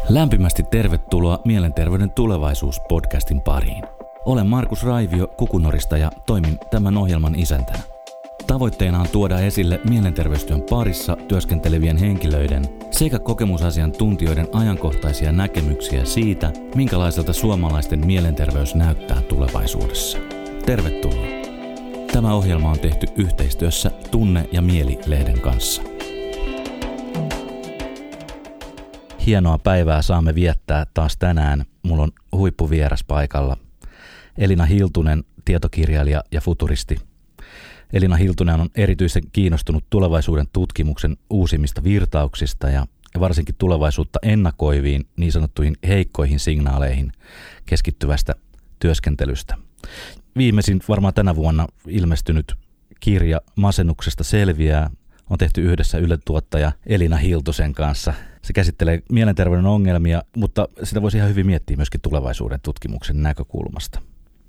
Lämpimästi tervetuloa Mielenterveyden tulevaisuus-podcastin pariin. Olen Markus Raivio Kukunorista ja toimin tämän ohjelman isäntänä. Tavoitteena on tuoda esille mielenterveystyön parissa työskentelevien henkilöiden sekä kokemusasiantuntijoiden ajankohtaisia näkemyksiä siitä, minkälaiselta suomalaisten mielenterveys näyttää tulevaisuudessa. Tervetuloa. Tämä ohjelma on tehty yhteistyössä Tunne ja Mieli-lehden kanssa. Hienoa päivää saamme viettää taas tänään. Mulla on huippuvieras paikalla. Elina Hiltunen, tietokirjailija ja futuristi. Elina Hiltunen on erityisen kiinnostunut tulevaisuuden tutkimuksen uusimmista virtauksista ja varsinkin tulevaisuutta ennakoiviin niin sanottuihin heikkoihin signaaleihin keskittyvästä työskentelystä. Viimeisin varmaan tänä vuonna ilmestynyt kirja Masennuksesta selviää on tehty yhdessä Yle-tuottaja Elina Hiltusen kanssa. Se käsittelee mielenterveyden ongelmia, mutta sitä voisi ihan hyvin miettiä myöskin tulevaisuuden tutkimuksen näkökulmasta.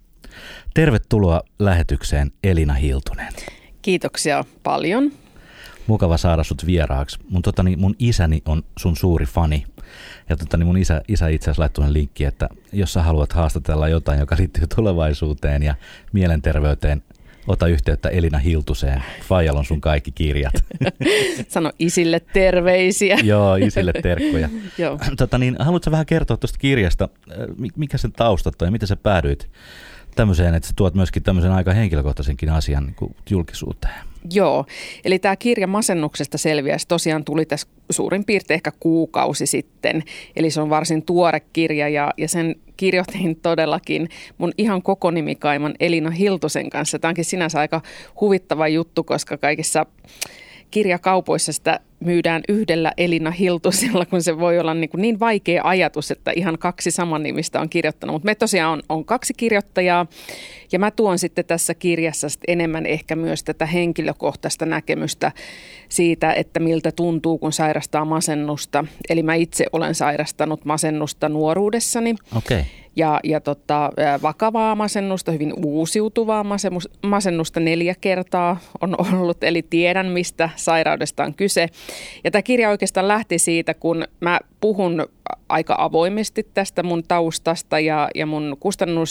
Tervetuloa lähetykseen, Elina Hiltunen. Kiitoksia paljon. Mukava saada sut vieraaksi. Mun isäni on sun suuri fani. Ja mun isä itse asiassa laittoi linkki, että jos sä haluat haastatella jotain, joka liittyy tulevaisuuteen ja mielenterveyteen, ota yhteyttä Elina Hiltuseen. Faijalla on sun kaikki kirjat. Sano isille terveisiä. Joo, isille terkkoja. Joo. Haluatko vähän kertoa tuosta kirjasta, mikä sen taustat on ja miten sä päädyit tämmöiseen, että sä tuot myöskin tämmöisen aika henkilökohtaisenkin asian niin kuin julkisuuteen? Joo, eli tämä kirja Masennuksesta selviää, tosiaan tuli tässä suurin piirtein ehkä kuukausi sitten. Eli se on varsin tuore kirja ja sen kirjoitin todellakin mun ihan koko nimikaiman Elina Hiltusen kanssa. Tämä onkin sinänsä aika huvittava juttu, koska kaikissa kirjakaupoissa sitä myydään yhdellä Elina Hiltusella, kun se voi olla niin vaikea ajatus, että ihan kaksi samannimistä on kirjoittanut. Mutta me tosiaan on kaksi kirjoittajaa ja mä tuon sitten tässä kirjassa enemmän ehkä myös tätä henkilökohtaista näkemystä siitä, että miltä tuntuu, kun sairastaa masennusta. Eli mä itse olen sairastanut masennusta nuoruudessani. Okay. Ja vakavaa masennusta, hyvin uusiutuvaa masennusta 4 kertaa on ollut, eli tiedän, mistä sairaudesta on kyse. Ja tämä kirja oikeastaan lähti siitä, kun mä puhun aika avoimesti tästä mun taustasta ja mun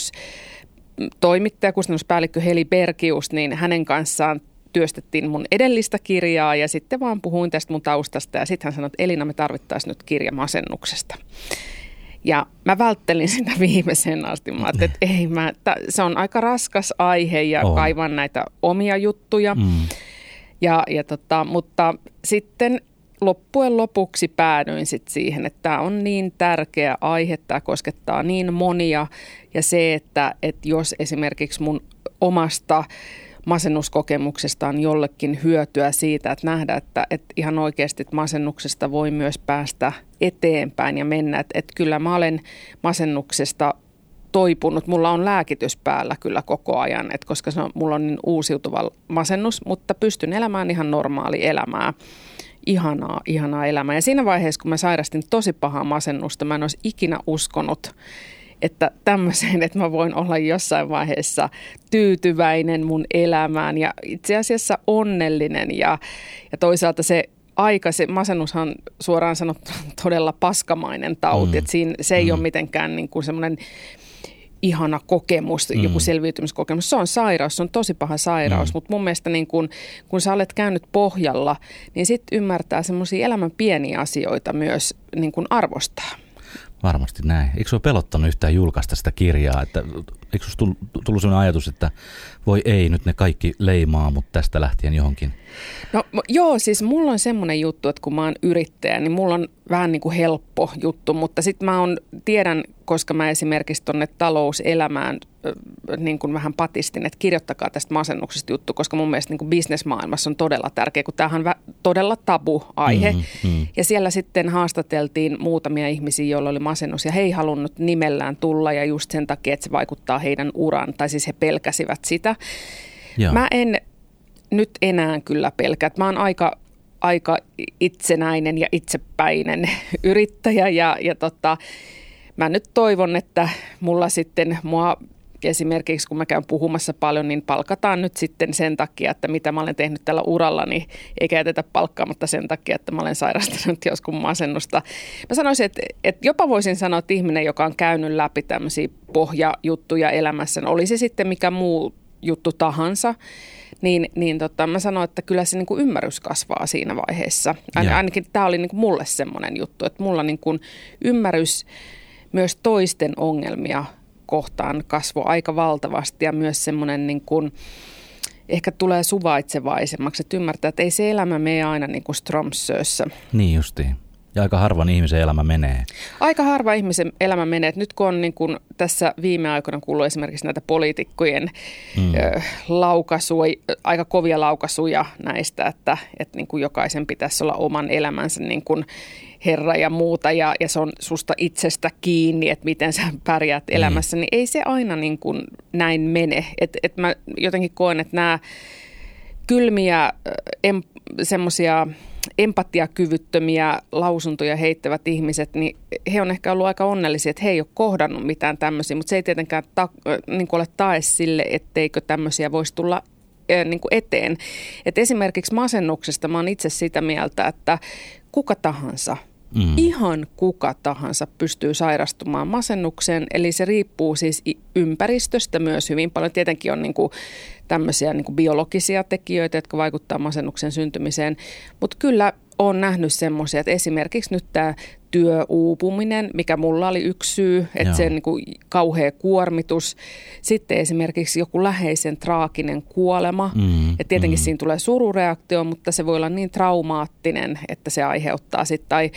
kustannuspäällikkö Heli Bergius, niin hänen kanssaan työstettiin mun edellistä kirjaa ja sitten vaan puhuin tästä mun taustasta ja sitten hän sanoi, että Elina, me tarvittaisiin nyt kirja masennuksesta. Ja mä välttelin sitä viimeiseen asti. Mä ajattelin, että se on aika raskas aihe ja kaivan näitä omia juttuja. Mutta sitten loppujen lopuksi päädyin sit siihen, että tämä on niin tärkeä aihe, tämä koskettaa niin monia. Ja se, että jos esimerkiksi mun omasta masennuskokemuksesta on jollekin hyötyä siitä, että nähdä, että ihan oikeasti masennuksesta voi myös päästä eteenpäin ja mennä. Että kyllä mä olen masennuksesta toipunut. Mulla on lääkitys päällä kyllä koko ajan, koska mulla on niin uusiutuva masennus, mutta pystyn elämään ihan normaali elämää. Ihanaa elämää. Ja siinä vaiheessa, kun mä sairastin tosi pahaa masennusta, mä en olisi ikinä uskonut, että tämmöiseen, että mä voin olla jossain vaiheessa tyytyväinen mun elämään ja itse asiassa onnellinen ja toisaalta se masennushan suoraan sanottuna todella paskamainen tauti, että se ei ole mitenkään niin kuin semmoinen ihana kokemus, joku selviytymiskokemus. Se on sairaus, se on tosi paha sairaus, mutta mun mielestä niin kun sä olet käynyt pohjalla, niin sitten ymmärtää semmoisia elämän pieniä asioita myös niin kuin arvostaa. Varmasti näin. Eikö sinua pelottanut yhtään julkaista sitä kirjaa? Eikö sinusta tullut sellainen ajatus, että voi ei, nyt ne kaikki leimaa, mutta tästä lähtien johonkin? No joo, siis mulla on semmoinen juttu, että kun mä oon yrittäjä, niin mulla on vähän niin kuin helppo juttu, mutta sitten tiedän, koska mä esimerkiksi tuonne talouselämään niin kuin vähän patistin, että kirjoittakaa tästä masennuksesta juttu, koska mun mielestä niin kuin bisnesmaailmassa on todella tärkeä, kun tämähän on todella tabu-aihe. Ja siellä sitten haastateltiin muutamia ihmisiä, joilla oli masennus ja he ei halunnut nimellään tulla ja just sen takia, että se vaikuttaa heidän uraan, tai siis he pelkäsivät sitä. Joo. Mä en nyt enää kyllä pelkää. Mä oon aika itsenäinen ja itsepäinen yrittäjä ja mä nyt toivon, että mulla sitten mua esimerkiksi kun mä käyn puhumassa paljon, niin palkataan nyt sitten sen takia, että mitä mä olen tehnyt tällä urallani, eikä jätetä palkkaamatta sen takia, että mä olen sairastanut joskus masennusta. Mä sanoisin, että jopa voisin sanoa, että ihminen, joka on käynyt läpi tämmöisiä pohjajuttuja elämässä, oli se sitten mikä muu juttu tahansa, niin mä sanoin, että kyllä se niin kuin ymmärrys kasvaa siinä vaiheessa. Ainakin tämä oli niin kuin mulle semmoinen juttu, että mulla niin kuin ymmärrys myös toisten ongelmia kohtaan kasvoi aika valtavasti ja myös semmoinen niin kuin, ehkä tulee suvaitsevaisemmaksi, että ymmärtää, että ei se elämä mene aina niin kuin Strömsössä. Niin justiin. Ja aika harvan ihmisen elämä menee. Aika harva ihmisen elämä menee. Nyt kun on niin kuin tässä viime aikoina kuullut esimerkiksi näitä poliitikkojen aika kovia laukaisuja näistä, että niin kuin jokaisen pitäisi olla oman elämänsä niin kuin herra ja muuta ja se on susta itsestä kiinni, että miten sä pärjäät elämässä, niin ei se aina niin kuin näin mene. Et mä jotenkin koen, että nämä kylmiä semmoisia empatiakyvyttömiä lausuntoja heittävät ihmiset, niin he on ehkä ollut aika onnellisia, että he ei ole kohdannut mitään tämmöisiä, mutta se ei tietenkään niin ole tae sille, etteikö tämmöisiä voisi tulla niin kuin eteen. Et esimerkiksi masennuksesta mä oon itse sitä mieltä, että kuka tahansa, ihan kuka tahansa pystyy sairastumaan masennukseen, eli se riippuu siis ympäristöstä myös hyvin paljon. Tietenkin on niin kuin tämmöisiä niin kuin biologisia tekijöitä, jotka vaikuttaa masennuksen syntymiseen, mutta kyllä olen nähnyt semmoisia, että esimerkiksi nyt tämä työuupuminen, mikä mulla oli yksi syy, että se niin kuin kauhea kuormitus. Sitten esimerkiksi joku läheisen traaginen kuolema. Ja tietenkin siinä tulee surureaktio, mutta se voi olla niin traumaattinen, että se aiheuttaa sitten tai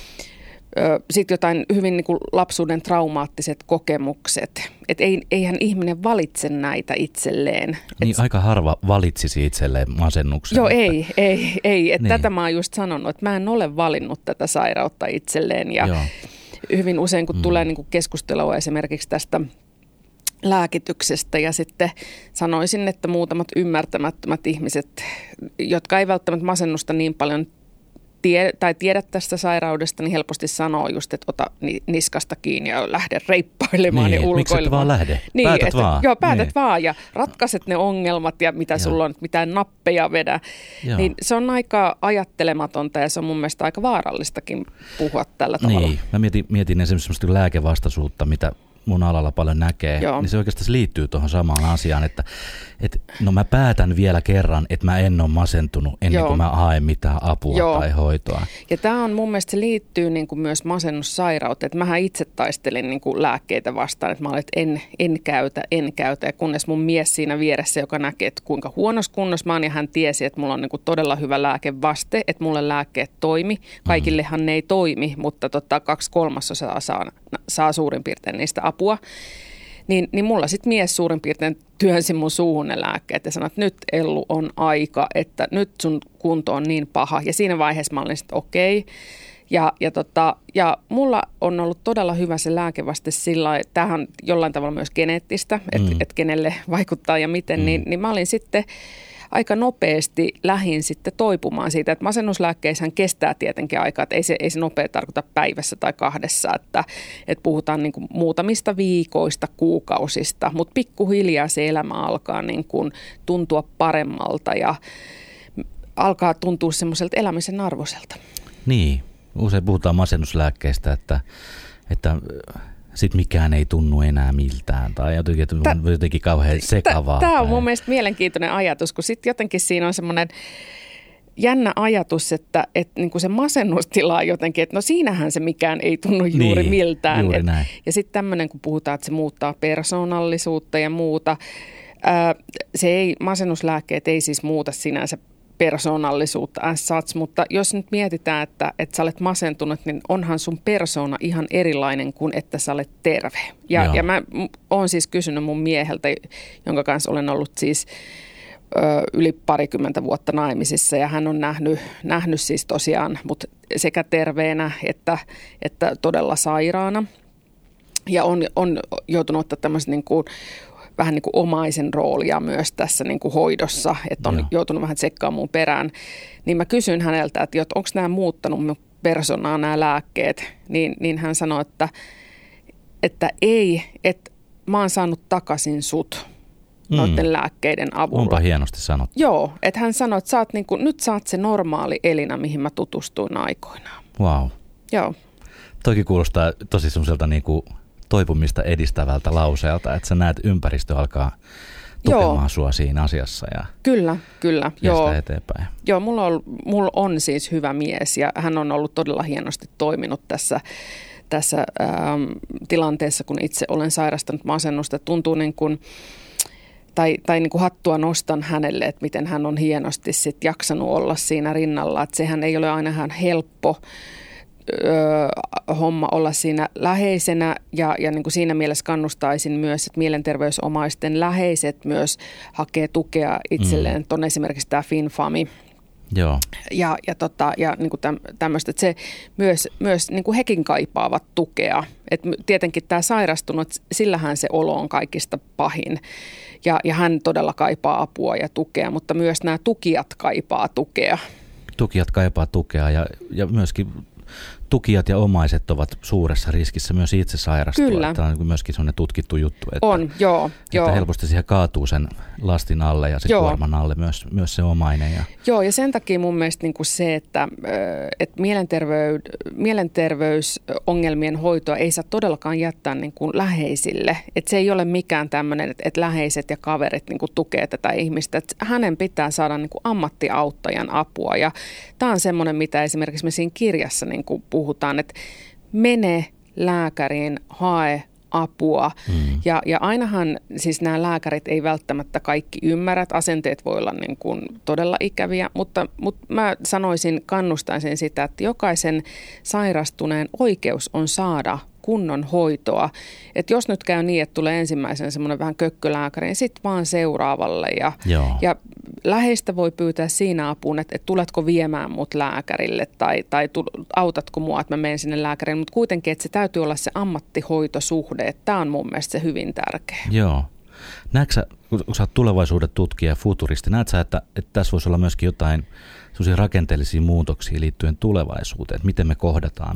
sitten jotain hyvin niin kuin lapsuuden traumaattiset kokemukset. Että eihän ihminen valitse näitä itselleen. Niin aika harva valitsisi itselleen masennuksen. Joo, ei. Että tätä mä oon just sanonut, että mä en ole valinnut tätä sairautta itselleen. Ja hyvin usein, kun tulee niin kuin keskustelua esimerkiksi tästä lääkityksestä ja sitten sanoisin, että muutamat ymmärtämättömät ihmiset, jotka ei välttämättä masennusta niin paljon tiedä tästä sairaudesta, niin helposti sanoo just, että ota niskasta kiinni ja lähde reippailemaan ja ulkoilemaan. Miksi et vaan lähde? Niin, päätät vaan. Joo, päätät vaan ja ratkaiset ne ongelmat ja mitä sulla on, että mitään nappeja vedä. Niin se on aika ajattelematonta ja se on mun mielestä aika vaarallistakin puhua tällä tavalla. Niin, mä mietin esimerkiksi semmoista lääkevastaisuutta, mitä mun alalla paljon näkee, niin se oikeastaan liittyy tuohon samaan asiaan, että no mä päätän vielä kerran, että mä en ole masentunut ennen kuin mä haen mitään apua tai hoitoa. Ja tämä on mun mielestä, se liittyy niin kuin myös masennussairauteen, että mähän itse taistelin niin kuin lääkkeitä vastaan, että mä olin, että en käytä, ja kunnes mun mies siinä vieressä, joka näkee, että kuinka huonossa kunnossa mä oon, ja hän tiesi, että mulla on niin kuin todella hyvä lääkevaste, että mulle lääkkeet toimi, kaikillehan ne ei toimi, mutta 2/3 saa suurin piirtein niistä apua. Niin mulla sitten mies suurin piirtein työnsi mun suuhun ne lääkkeet ja sanoi, että nyt Ellu on aika, että nyt sun kunto on niin paha. Ja siinä vaiheessa mä olin sitten okei. Ja mulla on ollut todella hyvä se lääkevaste sillä lailla, tämähän on jollain tavalla myös geneettistä, että kenelle vaikuttaa ja miten, niin mä olin sitten aika nopeasti lähin sitten toipumaan siitä, että masennuslääkkeissähän kestää tietenkin aikaa, että ei se nopea tarkoita päivässä tai 2, että puhutaan niin kuin muutamista viikoista, kuukausista, mutta pikkuhiljaa se elämä alkaa niin kuin tuntua paremmalta ja alkaa tuntua semmoiselta elämisen arvoiselta. Niin, usein puhutaan masennuslääkkeistä, että sitten mikään ei tunnu enää miltään tai jotenkin kauhean sekavaa. Tämä on mun mielestä mielenkiintoinen ajatus, kun sitten jotenkin siinä on semmoinen jännä ajatus, että niin kuin se masennustila jotenkin, että no siinähän se mikään ei tunnu juuri miltään. Juuri näin. Ja sitten tämmöinen, kun puhutaan, että se muuttaa persoonallisuutta ja muuta, masennuslääkkeet ei siis muuta sinänsä persoonallisuutta as such, mutta jos nyt mietitään, että sä olet masentunut, niin onhan sun persoona ihan erilainen kuin että sä olet terve. Ja mä oon siis kysynyt mun mieheltä, jonka kanssa olen ollut siis yli 20 vuotta naimisissa ja hän on nähnyt siis tosiaan mut sekä terveenä että todella sairaana ja on joutunut ottaa tämmöisen niin kuin vähän niin kuin omaisen roolia myös tässä niin kuin hoidossa, että on joutunut vähän tsekkaamaan mun perään. Niin mä kysyn häneltä, että onko nämä muuttanut mun persoonaa nämä lääkkeet, niin hän sanoi, että ei, että mä oon saanut takaisin sut noiden lääkkeiden avulla. Onpa hienosti sanottu. Joo, että hän sanoi, että nyt sä oot se normaali Elina, mihin mä tutustuin aikoinaan. Wow. Joo. Toki kuulostaa tosi semmoiselta niinku toipumista edistävältä lauseelta, että sä näet ympäristö alkaa tukemaan sua siinä asiassa ja kyllä. Joo. Eteenpäin. Joo, mulla on siis hyvä mies ja hän on ollut todella hienosti toiminut tässä tilanteessa, kun itse olen sairastanut masennusta. Tuntuu niin kuin, tai niin kuin hattua nostan hänelle, että miten hän on hienosti sit jaksanut olla siinä rinnalla. Että sehän ei ole aina ihan helppo homma olla siinä läheisenä ja niin kuin siinä mielessä kannustaisin myös, että mielenterveysomaisten läheiset myös hakee tukea itselleen. On esimerkiksi tämä FinFami. Joo. Ja niin kuin tämmöistä, että se myös niin kuin hekin kaipaavat tukea. Et tietenkin tämä sairastunut, sillähän se olo on kaikista pahin. Ja hän todella kaipaa apua ja tukea, mutta myös nämä tukijat kaipaa tukea. Tukijat kaipaa tukea ja myöskin tukijat ja omaiset ovat suuressa riskissä myös itse sairastua. Kyllä. Tämä on myöskin sellainen tutkittu juttu, että helposti siihen kaatuu sen lastin alle ja sen kuorman alle myös se omainen. Joo, ja sen takia mun mielestä niin kuin se, että mielenterveysongelmien hoitoa ei saa todellakaan jättää niin kuin läheisille. Että se ei ole mikään tämmöinen, että läheiset ja kaverit niin kuin tukee tätä ihmistä. Että hänen pitää saada niin kuin ammattiauttajan apua. Ja tämä on semmoinen, mitä esimerkiksi me siinä kirjassa niin kuin puhutaan, että mene lääkäriin, hae apua. Ja ainahan siis nämä lääkärit ei välttämättä kaikki ymmärrä, asenteet voi olla niin kuin todella ikäviä, mutta mä kannustaisin sitä, että jokaisen sairastuneen oikeus on saada kunnon hoitoa. Että jos nyt käy niin, että tulee ensimmäisen semmoinen vähän kökkölääkäri, niin sitten vaan seuraavalle. Ja läheistä voi pyytää siinä apuun, että tuletko viemään mut lääkärille tai autatko mua, että mä menen sinne lääkärille. Mutta kuitenkin, että se täytyy olla se ammattihoitosuhde. Tämä on mun mielestä se hyvin tärkeä. Joo. Näetkö sä, kun sä oot tulevaisuuden tutkija ja futuristi, näetkö sä, että tässä voisi olla myöskin jotain sellaisia rakenteellisia muutoksia liittyen tulevaisuuteen, että miten me kohdataan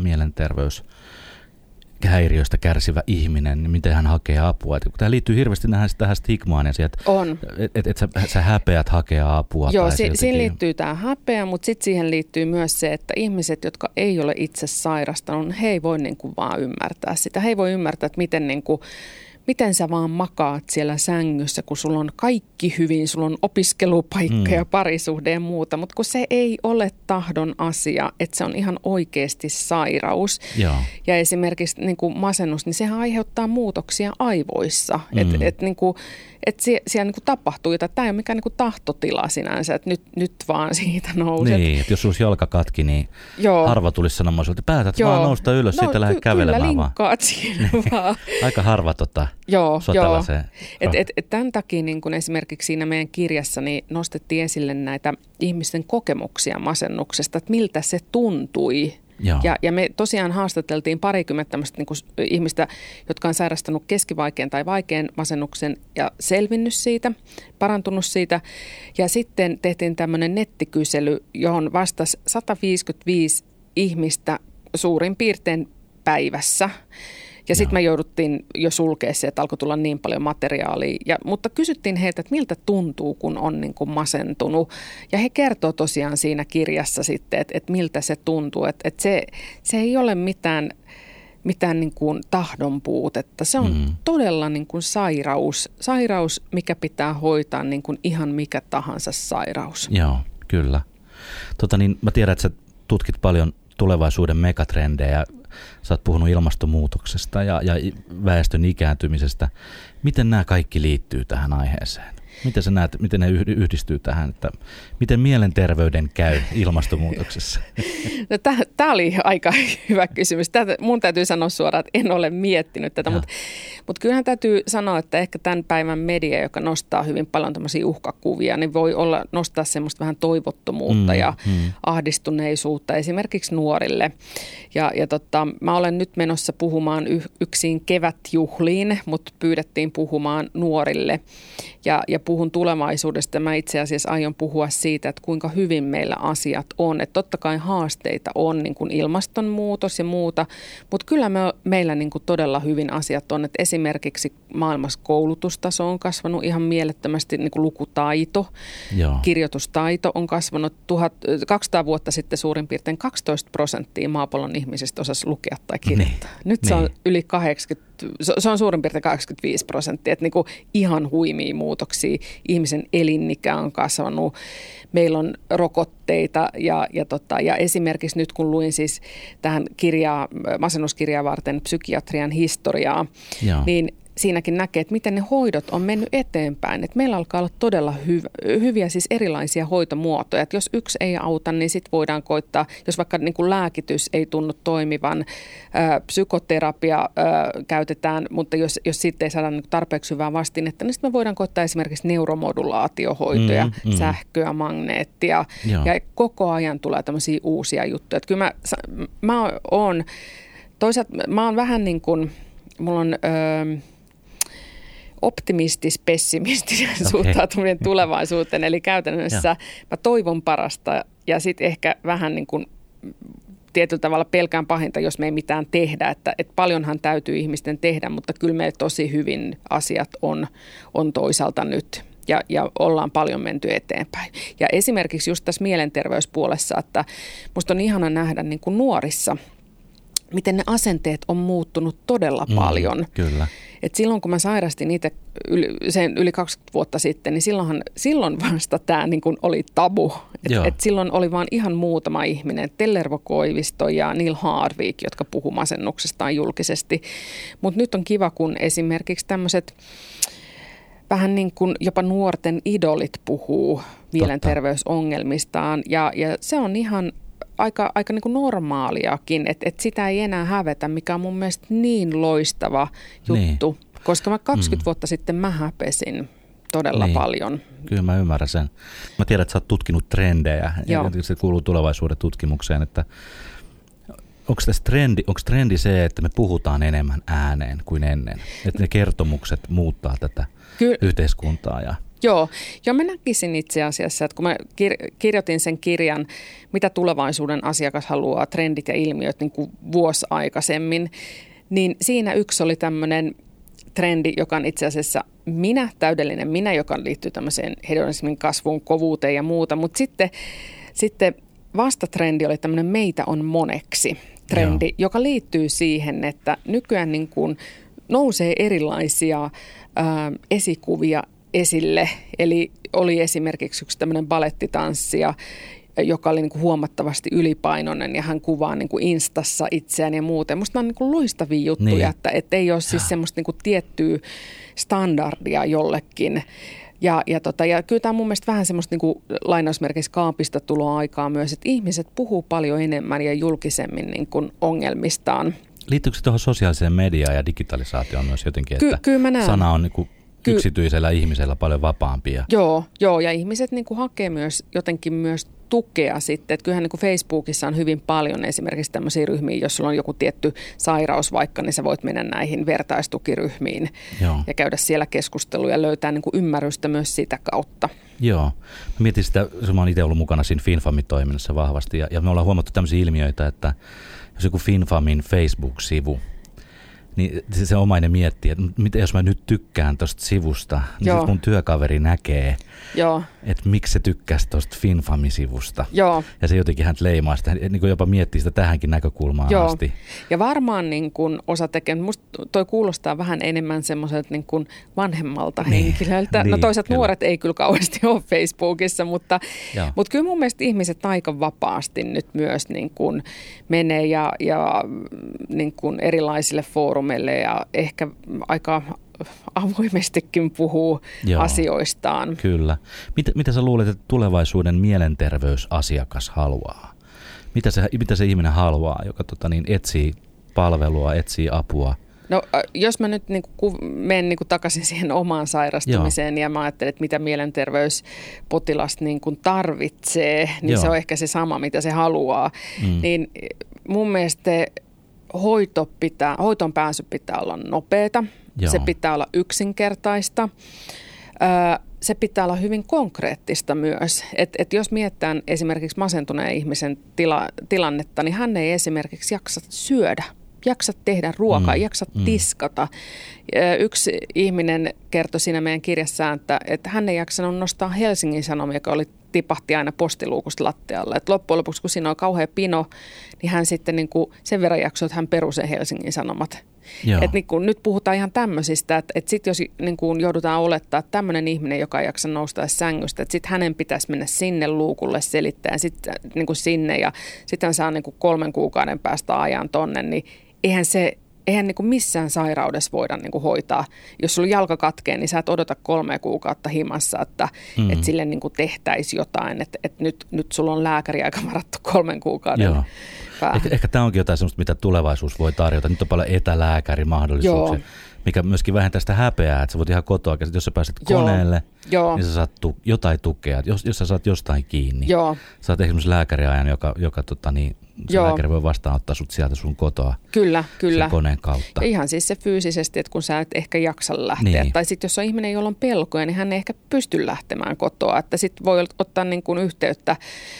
mielenterveyshäiriöistä kärsivä ihminen, niin miten hän hakee apua. Tämä liittyy hirveästi tähän stigmaan ja siihen, että sä häpeät hakea apua. Joo, siinä liittyy tämä häpeä, mutta sitten siihen liittyy myös se, että ihmiset, jotka ei ole itse sairastanut, he ei voi niin kuin vaan ymmärtää sitä. He ei voi ymmärtää, että miten sä vaan makaat siellä sängyssä, kun sulla on kaikki hyvin, sulla on opiskelupaikka ja parisuhde ja muuta, mutta kun se ei ole tahdon asia, että se on ihan oikeasti sairaus. Joo. Ja esimerkiksi niin kuin masennus, niin sehän aiheuttaa muutoksia aivoissa, että siellä niin kuin tapahtuu jotain. Tämä ei ole mikään niin kuin tahtotila sinänsä, että nyt vaan siitä nouset. Niin, että jos sulla jalka katki, niin harva tulisi sanomaan, että päätät vaan nousta ylös, sitten lähdet kävelemään vaan. Kyllä linkkaat siinä vaan. Aika harva tällaiseen. Tämän takia niin kun esimerkiksi siinä meidän kirjassa niin nostettiin esille näitä ihmisten kokemuksia masennuksesta, että miltä se tuntui. Ja me tosiaan haastateltiin parikymmentä tämmöistä niin kuin ihmistä, jotka on sairastanut keskivaikean tai vaikean masennuksen ja selvinnyt siitä, parantunut siitä. Ja sitten tehtiin tämmöinen nettikysely, johon vastasi 155 ihmistä suurin piirtein päivässä. Ja sitten me jouduttiin jo sulkea se, että alkoi tulla niin paljon materiaalia. Mutta kysyttiin heiltä, että miltä tuntuu, kun on niin kuin masentunut. Ja he kertoo tosiaan siinä kirjassa sitten, että miltä se tuntuu. Että se ei ole mitään niin kuin tahdon puutetta. Se on todella niin kuin sairaus, mikä pitää hoitaa niin kuin ihan mikä tahansa sairaus. Joo, kyllä. Mä tiedän, että sä tutkit paljon tulevaisuuden megatrendejä. Sä oot puhunut ilmastonmuutoksesta ja väestön ikääntymisestä. Miten nämä kaikki liittyy tähän aiheeseen? Miten sä näet, miten ne yhdistyy tähän? Että miten mielenterveyden käy ilmastonmuutoksessa? No, tämä oli aika hyvä kysymys. Mun täytyy sanoa suoraan, että en ole miettinyt tätä, mutta kyllähän täytyy sanoa, että ehkä tämän päivän media, joka nostaa hyvin paljon tämmöisiä uhkakuvia, niin voi nostaa semmoista vähän toivottomuutta ja ahdistuneisuutta esimerkiksi nuorille. Ja mä olen nyt menossa puhumaan yksin kevätjuhliin, mutta pyydettiin puhumaan nuorille ja puhun tulevaisuudesta. Mä itse asiassa aion puhua siitä, että kuinka hyvin meillä asiat on. Että totta kai haasteita on, niin kuin ilmastonmuutos ja muuta, mutta kyllä meillä niin kuin todella hyvin asiat on. Että esimerkiksi maailmassa koulutustaso on kasvanut ihan mielettömästi, niin kuin lukutaito, kirjoitustaito on kasvanut 200 vuotta sitten suurin piirtein 12% maapallon ihmisistä osasi lukea tai kirjoittaa. Nyt se on yli 80, se on suurin piirtein 85%, että niin kuin ihan huimia muutoksia. Ihmisen elinikä on kasvanut, meillä on rokotteita ja esimerkiksi nyt kun luin siis tähän masennuskirjaa varten psykiatrian historiaa, niin siinäkin näkee, että miten ne hoidot on mennyt eteenpäin. Että meillä alkaa olla todella hyviä siis erilaisia hoitomuotoja. Että jos yksi ei auta, niin sitten voidaan koittaa, jos vaikka niin kuin lääkitys ei tunnu toimivan, psykoterapia käytetään, mutta jos siitä ei saada niin tarpeeksi hyvää vastinetta, niin sitten me voidaan koittaa esimerkiksi neuromodulaatiohoitoja, sähköä, magneettia. Ja koko ajan tulee tämmöisiä uusia juttuja. Että kyllä mä oon, toisaalta mä oon vähän niin kuin, mulla on optimistis-pessimistinen suhtautuminen tulevaisuuteen. Eli käytännössä mä toivon parasta ja sitten ehkä vähän niin kuin tietyllä tavalla pelkään pahinta, jos me ei mitään tehdä. Että paljonhan täytyy ihmisten tehdä, mutta kyllä meillä tosi hyvin asiat on toisaalta nyt. Ja ollaan paljon menty eteenpäin. Ja esimerkiksi just tässä mielenterveyspuolessa, että musta on ihana nähdä niin kuin nuorissa, miten ne asenteet on muuttunut todella paljon. Kyllä. Et silloin kun mä sairastin itse yli 20 vuotta sitten, niin silloin vasta tämä niin kun oli tabu. Et silloin oli vaan ihan muutama ihminen, Tellervo Koivisto ja Neil Harvik, jotka puhuu masennuksestaan julkisesti. Mutta nyt on kiva, kun esimerkiksi tämmöiset vähän niin kuin jopa nuorten idolit puhuu mielenterveysongelmistaan ja se on ihan aika niin kuin normaaliakin, että sitä ei enää hävetä, mikä on mun mielestä niin loistava juttu, koska mä 20 vuotta sitten mä häpesin todella paljon. Kyllä mä ymmärrän sen. Mä tiedän, että sä oot tutkinut trendejä, ja se kuuluu tulevaisuuden tutkimukseen, että onko trendi se, että me puhutaan enemmän ääneen kuin ennen, että ne kertomukset muuttaa tätä yhteiskuntaa Joo, mä näkisin itse asiassa, että kun mä kirjoitin sen kirjan, mitä tulevaisuuden asiakas haluaa, trendit ja ilmiöt niin kuin vuosi aikaisemmin, niin siinä yksi oli tämmöinen trendi, joka on itse asiassa täydellinen minä, joka liittyy tämmöiseen hedonismin kasvuun, kovuuteen ja muuta, mutta sitten vastatrendi oli tämmöinen meitä on moneksi trendi, joka liittyy siihen, että nykyään niin kuin nousee erilaisia esikuvia esille. Eli oli esimerkiksi yksi tämmöinen balettitanssija, joka oli niin kuin huomattavasti ylipainoinen ja hän kuvaa niin kuin Instassa itseään ja muuta. Musta nämä on niin kuin loistavia juttuja, että ei ole siis semmoista niin kuin tiettyä standardia jollekin. Ja kyllä tämä on mun mielestä vähän semmoista niin kuin lainausmerkeissä kaapista tuloa aikaa myös, että ihmiset puhuu paljon enemmän ja julkisemmin niin kuin ongelmistaan. Liittyykö se tuohon sosiaaliseen mediaan ja digitalisaatioon myös jotenkin, että kyllä mä näen. Sana on niin kuin yksityisellä ihmisellä paljon vapaampia? Joo, ja ihmiset niin kuin hakee myös jotenkin myös tukea sitten. Että kyllähän niin kuin Facebookissa on hyvin paljon esimerkiksi tämmöisiä ryhmiä, jos sulla on joku tietty sairaus vaikka, niin sä voit mennä näihin vertaistukiryhmiin ja käydä siellä keskustelua ja löytää niin kuin ymmärrystä myös sitä kautta. Joo. Mä mietin sitä, mä oon itse ollut mukana siinä FinFamin-toiminnassa vahvasti ja me ollaan huomattu tämmöisiä ilmiöitä, että jos joku FinFamin Facebook-sivu, niin se omainen miettii, että mitä jos mä nyt tykkään tuosta sivusta, niin sitten mun työkaveri näkee, että miksi se tykkäsi tuosta FinFami-sivusta. Ja se jotenkin hän leimaa sitä, niin kuin jopa miettii sitä tähänkin näkökulmaan asti. Ja varmaan niin kuin osa tekee, musta toi kuulostaa vähän enemmän semmoiselta niin kuin vanhemmalta henkilöltä. No toisaalta nuoret ei kyllä kauheasti ole Facebookissa, mutta kyllä mun mielestä ihmiset aika vapaasti nyt myös niin kuin menee ja niin kuin erilaisille foorumeille ja ehkä aika avoimestikin puhuu asioistaan. Kyllä. Mitä sä luulet, että tulevaisuuden mielenterveysasiakas haluaa? Mitä se ihminen haluaa, joka etsii palvelua, etsii apua? No jos mä nyt menen takaisin siihen omaan sairastumiseen ja mä ajattelen, että mitä mielenterveyspotilas tarvitsee, niin se on ehkä se sama, mitä se haluaa. Niin mun mielestä hoitoon pääsy pitää olla nopeata, se pitää olla yksinkertaista, se pitää olla hyvin konkreettista myös. Et jos mietitään esimerkiksi masentuneen ihmisen tilannetta, niin hän ei esimerkiksi jaksa syödä jaksat tehdä ruokaa, jaksat tiskata. Yksi ihminen kertoi siinä meidän kirjassaan, että hän ei jaksanut nostaa Helsingin Sanomia, joka tipahti aina postiluukusta lattialle. Et loppujen lopuksi, kun siinä on kauhea pino, niin hän sitten niin kuin sen verran jaksoi, että hän perusi Helsingin Sanomat. Et niin kuin nyt puhutaan ihan tämmöisistä, että sitten jos niin kuin joudutaan olettaa, että tämmöinen ihminen, joka ei jaksa nousta sängystä, että sitten hänen pitäisi mennä sinne luukulle selittämään sitten niin kuin sinne ja sitten hän saa niin kuin 3 kuukauden päästä ajan tonne, niin eihän niin kuin missään sairaudessa voida niin kuin hoitaa. Jos sulla jalka katkee, niin sä et odota 3 kuukautta himassa, että sille niin kuin tehtäisiin jotain. Että nyt sulla on lääkäri aika varattu 3 kuukauden päähän. Ehkä tämä onkin jotain sellaista, mitä tulevaisuus voi tarjota. Nyt on paljon etälääkärimahdollisuuksia, mikä myöskin vähentää sitä häpeää, että sä voit ihan kotoa käsin. Jos sä pääset koneelle, niin sä saat jotain tukea. Jos sä saat jostain kiinni, saat esimerkiksi lääkäriajan, joka se lääkäri voi vastaanottaa sut sieltä sun kotoa. Kyllä. Sen koneen kautta. Ihan siis se fyysisesti, että kun sä et ehkä jaksa lähteä. Niin. Tai sitten jos on ihminen, jolla on pelkoja, niin hän ei ehkä pysty lähtemään kotoa. Että sitten voi ottaa niin kuin yhteyttä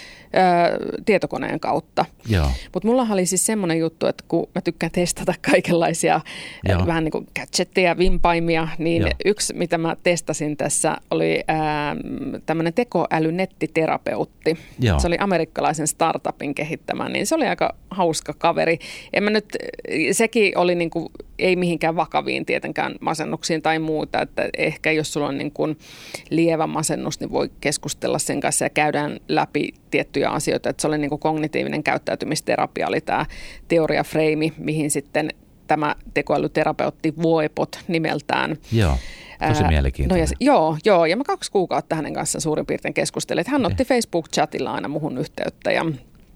tietokoneen kautta. Mutta mulla oli siis semmoinen juttu, että kun mä tykkään testata kaikenlaisia vähän niin kuin gadgetteja, vimpaimia, niin yksi, mitä mä testasin tässä, oli tämmöinen tekoälynettiterapeutti. Se oli amerikkalaisen startupin kehittämä, niin se oli aika hauska kaveri. Sekin oli niin kuin, ei mihinkään vakaviin tietenkään masennuksiin tai muuta, että ehkä jos sulla on niin kuin lievä masennus, niin voi keskustella sen kanssa ja käydään läpi tiettyjä asioita, että se oli niin kuin kognitiivinen käyttäytymisterapia, oli tämä teoriafreimi, mihin sitten tämä tekoälyterapeutti Voepot nimeltään. Tosi mielenkiintoinen. Ja mä 2 kuukautta hänen kanssaan suurin piirtein keskustelin, että hän otti Facebook-chatilla aina muhun yhteyttä ja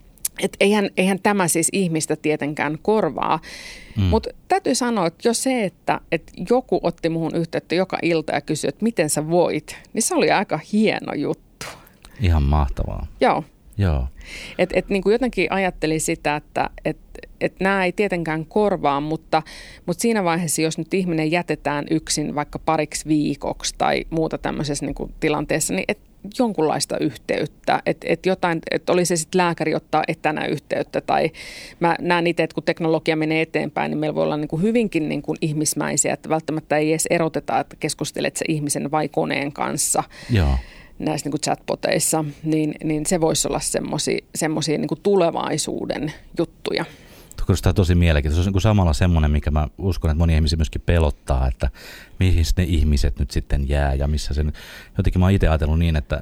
eihän tämä siis ihmistä tietenkään korvaa, mutta täytyy sanoa, että jo se, että joku otti muhun yhteyttä joka ilta ja kysyi, että miten sä voit, niin se oli aika hieno juttu. Ihan mahtavaa. Joo. Niin kuin jotenkin ajattelin sitä, että nämä ei tietenkään korvaa, mutta siinä vaiheessa, jos nyt ihminen jätetään yksin vaikka pariksi viikoksi tai muuta tämmöisessä niin kuin tilanteessa, niin jonkunlaista yhteyttä, että oli se sitten lääkäri ottaa etänä yhteyttä tai mä näen itse, että kun teknologia menee eteenpäin, niin meillä voi olla niin kuin hyvinkin niin kuin ihmismäisiä, että välttämättä ei edes eroteta, että keskustelet se ihmisen vai koneen kanssa. Näissä niin kuin chatboteissa, niin se voisi olla semmoisia niin kuin tulevaisuuden juttuja. Kuulostaa tosi mielenkiintoista. Se on niin samalla semmoinen, mikä mä uskon, että moni ihmisiä myöskin pelottaa, että mihin ne ihmiset nyt sitten jää ja missä sen. Jotenkin mä oon itse ajatellut niin, että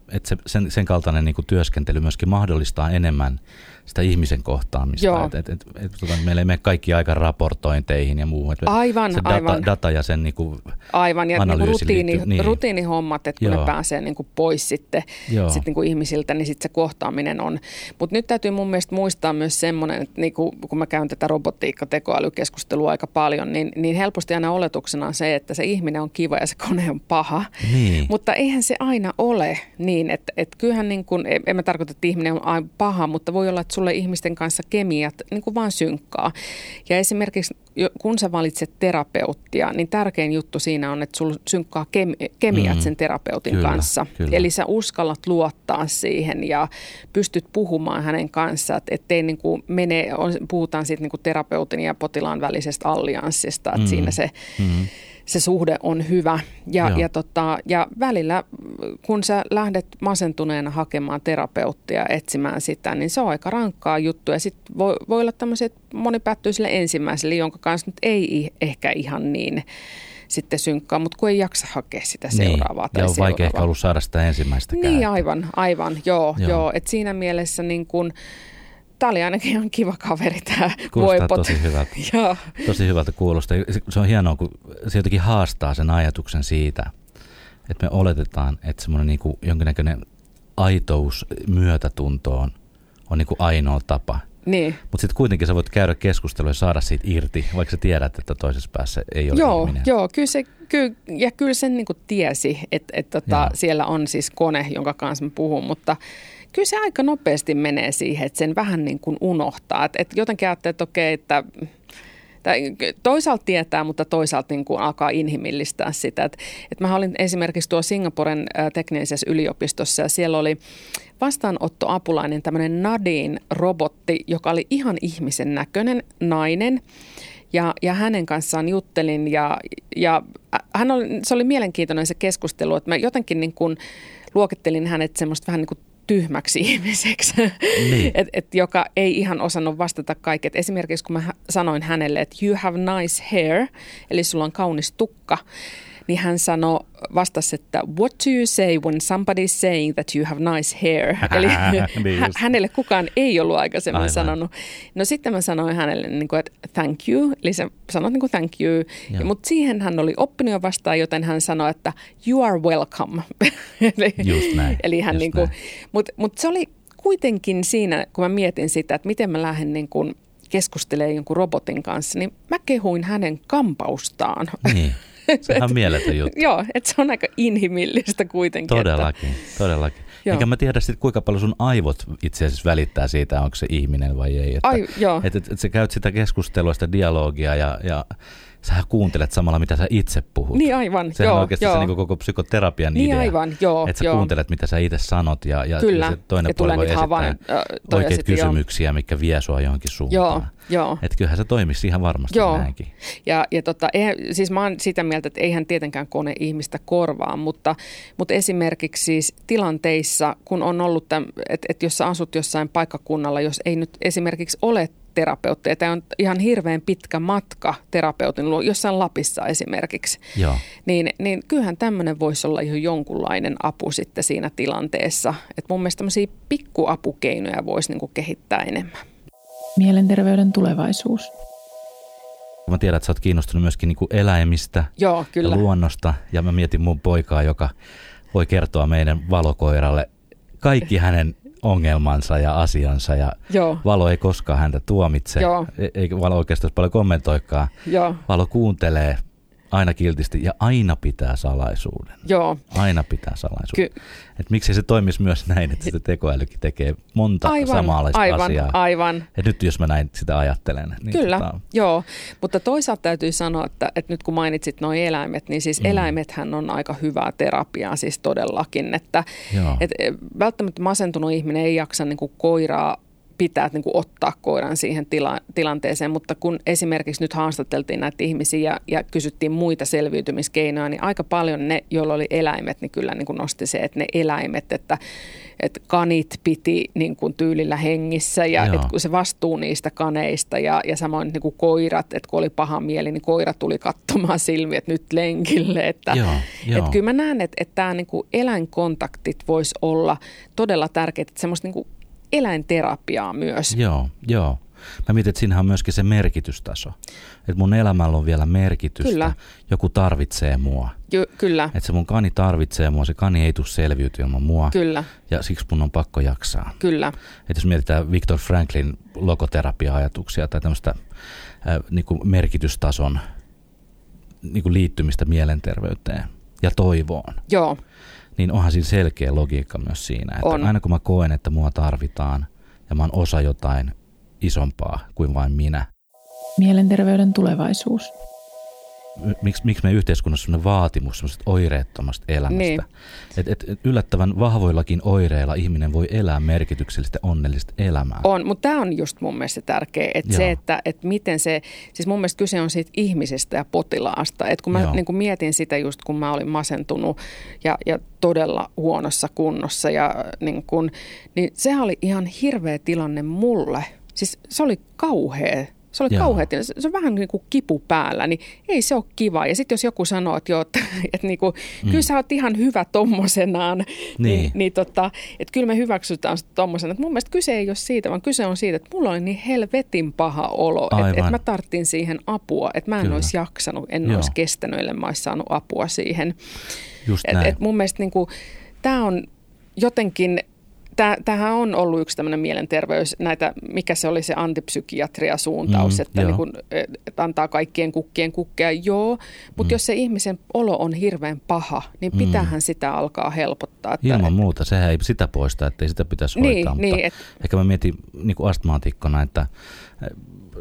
sen kaltainen niin kuin työskentely myöskin mahdollistaa enemmän sitä ihmisen kohtaamista. Meillä ei mene kaikki aika raportointeihin ja muuhun. Aivan. Data ja sen niin kuin aivan, ja analyysi niin rutiinihommat, että kun ne pääsee niin kuin pois sitten niin kuin ihmisiltä, niin sitten se kohtaaminen on. Mutta nyt täytyy mun mielestä muistaa myös semmoinen, että niin kuin, kun mä käyn tätä robotiikka-tekoälykeskustelua aika paljon, niin helposti aina oletuksena on se, että se ihminen on kiva ja se kone on paha. Mutta eihän se aina ole niin, että kyllähän niin kuin, en mä tarkoita, että ihminen on paha, mutta voi olla, että sulle ihmisten kanssa kemiat niin kuin vaan synkkaa. Ja esimerkiksi kun sä valitset terapeuttia, niin tärkein juttu siinä on, että sulla synkkaa kemiat sen terapeutin kanssa. Kyllä. Eli sä uskallat luottaa siihen ja pystyt puhumaan hänen kanssaan, ettei niin kuin puhutaan siitä niin kuin terapeutin ja potilaan välisestä allianssista, että siinä se suhde on hyvä. Ja välillä, kun sä lähdet masentuneena hakemaan terapeuttia, etsimään sitä, niin se on aika rankkaa juttu. Ja sitten voi olla tämmöisiä, että moni päättyy sille ensimmäiselle, jonka kanssa nyt ei ehkä ihan niin sitten synkkaa, mutta kun ei jaksa hakea sitä seuraavaa. Ja on vaikea ehkä ollut saada sitä ensimmäistäkään. Niin, aivan. Joo. Et siinä mielessä niin kun tämä oli ainakin ihan kiva kaveri tämä Voepot. Tosi hyvältä. Tosi hyvältä kuulostaa. Se on hienoa, kun se jotenkin haastaa sen ajatuksen siitä, että me oletetaan, että semmoinen niin kuin jonkinnäköinen aitous myötätuntoon on niin kuin ainoa tapa. Niin. Mutta sitten kuitenkin sä voit käydä keskustelua ja saada siitä irti, vaikka sä tiedät, että toisessa päässä ei ole ihminen. Joo, kyllä sen niin kuin tiesi, että siellä on siis kone, jonka kanssa mä puhun, mutta kyllä se aika nopeasti menee siihen, että sen vähän niin kuin unohtaa. Että jotenkin ajattelee, että okei, että toisaalta tietää, mutta toisaalta niin kuin alkaa inhimillistää sitä. Et mä olin esimerkiksi tuo Singaporen teknisessä yliopistossa ja siellä oli vastaanottoapulainen tämmöinen Nadine-robotti, joka oli ihan ihmisen näköinen nainen. Ja hänen kanssaan juttelin ja se oli mielenkiintoinen se keskustelu, että mä jotenkin niin kuin luokittelin hänet semmoista vähän niin kuin tyhmäksi ihmiseksi, niin. Joka ei ihan osannut vastata kaikkeen. Esimerkiksi kun mä sanoin hänelle, että you have nice hair, eli sulla on kaunis tukka, niin hän vastasi, että what do you say when somebody is saying that you have nice hair? Eli hänelle kukaan ei ollut aikaisemmin sanonut. No sitten mä sanoin hänelle, että thank you, eli sä sanot thank you, mutta siihen hän oli oppinut jo vastaan, joten hän sanoi, että you are welcome. Just näin. Eli hän mutta se oli kuitenkin siinä, kun mä mietin sitä, että miten mä lähden keskustelemaan jonkun robotin kanssa, niin mä kehuin hänen kampaustaan. Niin. Se on ihan mieletön juttu. Joo, että se on aika inhimillistä kuitenkin. Todellakin. Enkä mä tiedä sitten, kuinka paljon sun aivot itse asiassa välittää siitä, onko se ihminen vai ei. Että sä käyt sitä keskustelua, sitä dialogia ja sä kuuntelet samalla, mitä sä itse puhut. Niin aivan, sehän on oikeastaan se niin koko psykoterapian idea. Niin aivan, joo. Että sä kuuntelet, mitä sä itse sanot ja se toinen puoli voi esittää oikeita kysymyksiä, mikä vie sua johonkin suuntaan. Joo. Että kyllähän se toimisi ihan varmasti näinkin. Siis mä oon sitä mieltä, että eihän tietenkään kone ihmistä korvaa, mutta esimerkiksi siis tilanteissa, kun on ollut, että jos sä asut jossain paikkakunnalla, jos ei nyt esimerkiksi ole terapeutteja. Tämä on ihan hirveän pitkä matka terapeutin luo, jossain Lapissa esimerkiksi. Joo. Niin kyllähän tämmöinen voisi olla ihan jonkunlainen apu sitten siinä tilanteessa. Et mun mielestä tämmöisiä pikkuapukeinoja voisi kehittää enemmän. Mielenterveyden tulevaisuus. Mä tiedän, että sä oot kiinnostunut myöskin eläimistä. Joo, kyllä. Ja luonnosta. Ja mä mietin mun poikaa, joka voi kertoa meidän valokoiralle kaikki hänen ongelmansa ja asiansa ja Valo ei koskaan häntä tuomitse, eikä Valo oikeastaan paljon kommentoikaan. Valo kuuntelee aina kiltisti ja aina pitää salaisuuden. Aina pitää salaisuuden. Että miksei se toimisi myös näin, että sitä tekoälykin tekee monta samanlaista asiaa. Aivan. Et nyt jos mä näin sitä ajattelen. Niin kyllä, mutta toisaalta täytyy sanoa, että nyt kun mainitsit nuo eläimet, niin siis eläimethän on aika hyvää terapiaa siis todellakin. Että välttämättä masentunut ihminen ei jaksa koiraa pitää ottaa koiran siihen tilanteeseen, mutta kun esimerkiksi nyt haastateltiin näitä ihmisiä ja kysyttiin muita selviytymiskeinoja, niin aika paljon ne, joilla oli eläimet, niin kyllä nosti se, että ne eläimet, että kanit piti tyylillä hengissä ja että se vastuu niistä kaneista ja samoin koirat, että kun oli paha mieli, niin koira tuli katsomaan silmiä, että nyt lenkille. Että kyllä mä näen, että tämä eläinkontaktit voisi olla todella tärkeää, että semmoista eläinterapiaa myös. Joo. Mä mietin, että siinähän on myöskin se merkitystaso. Että mun elämällä on vielä merkitystä. Kyllä. Joku tarvitsee mua. Kyllä. Että se mun kani tarvitsee mua, se kani ei tule selviytyä ilman mua. Kyllä. Ja siksi mun on pakko jaksaa. Kyllä. Että jos mietitään Viktor Franklin logoterapia-ajatuksia tai tämmöistä merkitystason liittymistä mielenterveyteen ja toivoon. Joo. Niin onhan siinä selkeä logiikka myös siinä, että aina kun mä koen, että mua tarvitaan ja mä oon osa jotain isompaa kuin vain minä. Mielenterveyden tulevaisuus. Miksi me yhteiskunnassa on vaatimus semmoisesta oireettomasta elämästä? Niin. Et yllättävän vahvoillakin oireilla ihminen voi elää merkityksellistä onnellista elämää. On, mutta tämä on just mun mielestä tärkeä, että se, että miten se, siis mun mielestä kyse on siitä ihmisestä ja potilaasta. Että kun mä mietin sitä just, kun mä olin masentunut ja todella huonossa kunnossa niin sehän oli ihan hirveä tilanne mulle. Siis se oli kauhea. Se oli kauheaa. Se on vähän niin kuin kipu päällä, niin ei se ole kiva. Ja sitten jos joku sanoo, että kyllä sä oot ihan hyvä tommosenaan, että kyllä me hyväksytään sitä tommosena. Että mun mielestä kyse ei ole siitä, vaan kyse on siitä, että mulla oli niin helvetin paha olo, että mä tarttin siihen apua, että mä en olisi jaksanut, en olisi kestänyt, ellei mä olisi saanut apua siihen. Just näin. Et mun mielestä tämä on jotenkin... Tämähän on ollut yksi tämmöinen mielenterveys, mikä se oli se antipsykiatria-suuntaus, että antaa kaikkien kukkien kukkia, mutta jos se ihmisen olo on hirveän paha, niin pitäähän sitä alkaa helpottaa. Ilman muuta, sehän ei sitä poista, että ei sitä pitäisi hoitaa, mutta ehkä mä mietin astmaatikkona, että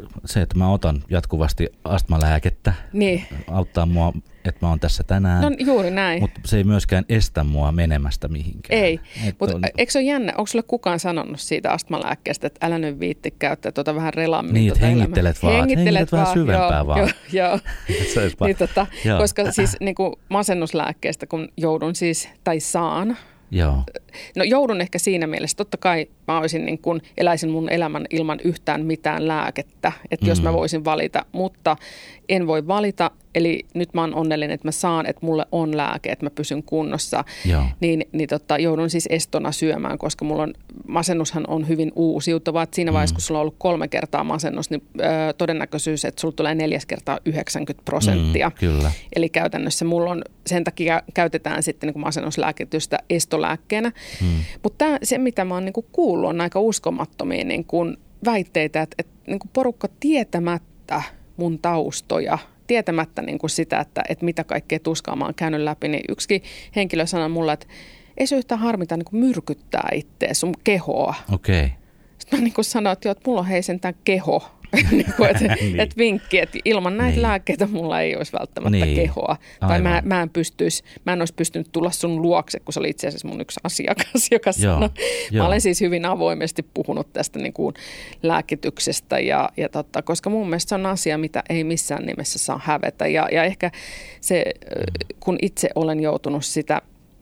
se, että mä otan jatkuvasti astmalääkettä, Niin. auttaa mua, että mä oon tässä tänään. No juuri näin. Mutta se ei myöskään estä mua menemästä mihinkään. Ei, mutta eikö se ole jännä, onko sulle kukaan sanonut siitä astmalääkkeestä, että älä nyt viitti käyttää vähän relammin. Niin, että hengittelet vaan, hengittelet vähän syvempää vaan. Joo. Niin, joo. koska siis niin kuin masennuslääkkeestä, kun joudun siis, tai saan, Joo. no joudun ehkä siinä mielessä, totta kai mä olisin niin kuin, eläisin mun elämän ilman yhtään mitään lääkettä, että jos mä voisin valita, mutta en voi valita, eli nyt mä oon onnellinen, että mä saan, että mulle on lääke, että mä pysyn kunnossa, niin joudun siis estona syömään, koska mulla on, masennushan on hyvin uusiutuva, että siinä vaiheessa, kun sulla on ollut 3 kertaa masennus, niin todennäköisyys, että sulla tulee 4 kertaa 90%. Kyllä. Eli käytännössä mulla on, sen takia käytetään sitten niin kuin masennuslääkitystä estolääkkeenä, mutta se, mitä mä oon niin kuin kuullut, on aika uskomattomia niin kuin väitteitä, että niin kuin porukka tietämättä mun taustoja, tietämättä niin kuin sitä, että mitä kaikkea tuskaa mä oon käynyt läpi, niin yksikin henkilö sanoi mulle, että ei se yhtään harmita niin kuin myrkyttää itseä, sun kehoa. Okei. Sitten mä niin kuin sanoin, että mulla on sentään keho. Niin. Että vinkki, että ilman näitä lääkkeitä mulla ei olisi välttämättä kehoa. Tai mä en olisi pystynyt tulla sun luokse, kun se oli itse asiassa mun yksi asiakas, joka sanoi. Mä olen siis hyvin avoimesti puhunut tästä niin kuin lääkityksestä, koska mun mielestä se on asia, mitä ei missään nimessä saa hävetä. Ja ehkä se, kun itse olen joutunut sitä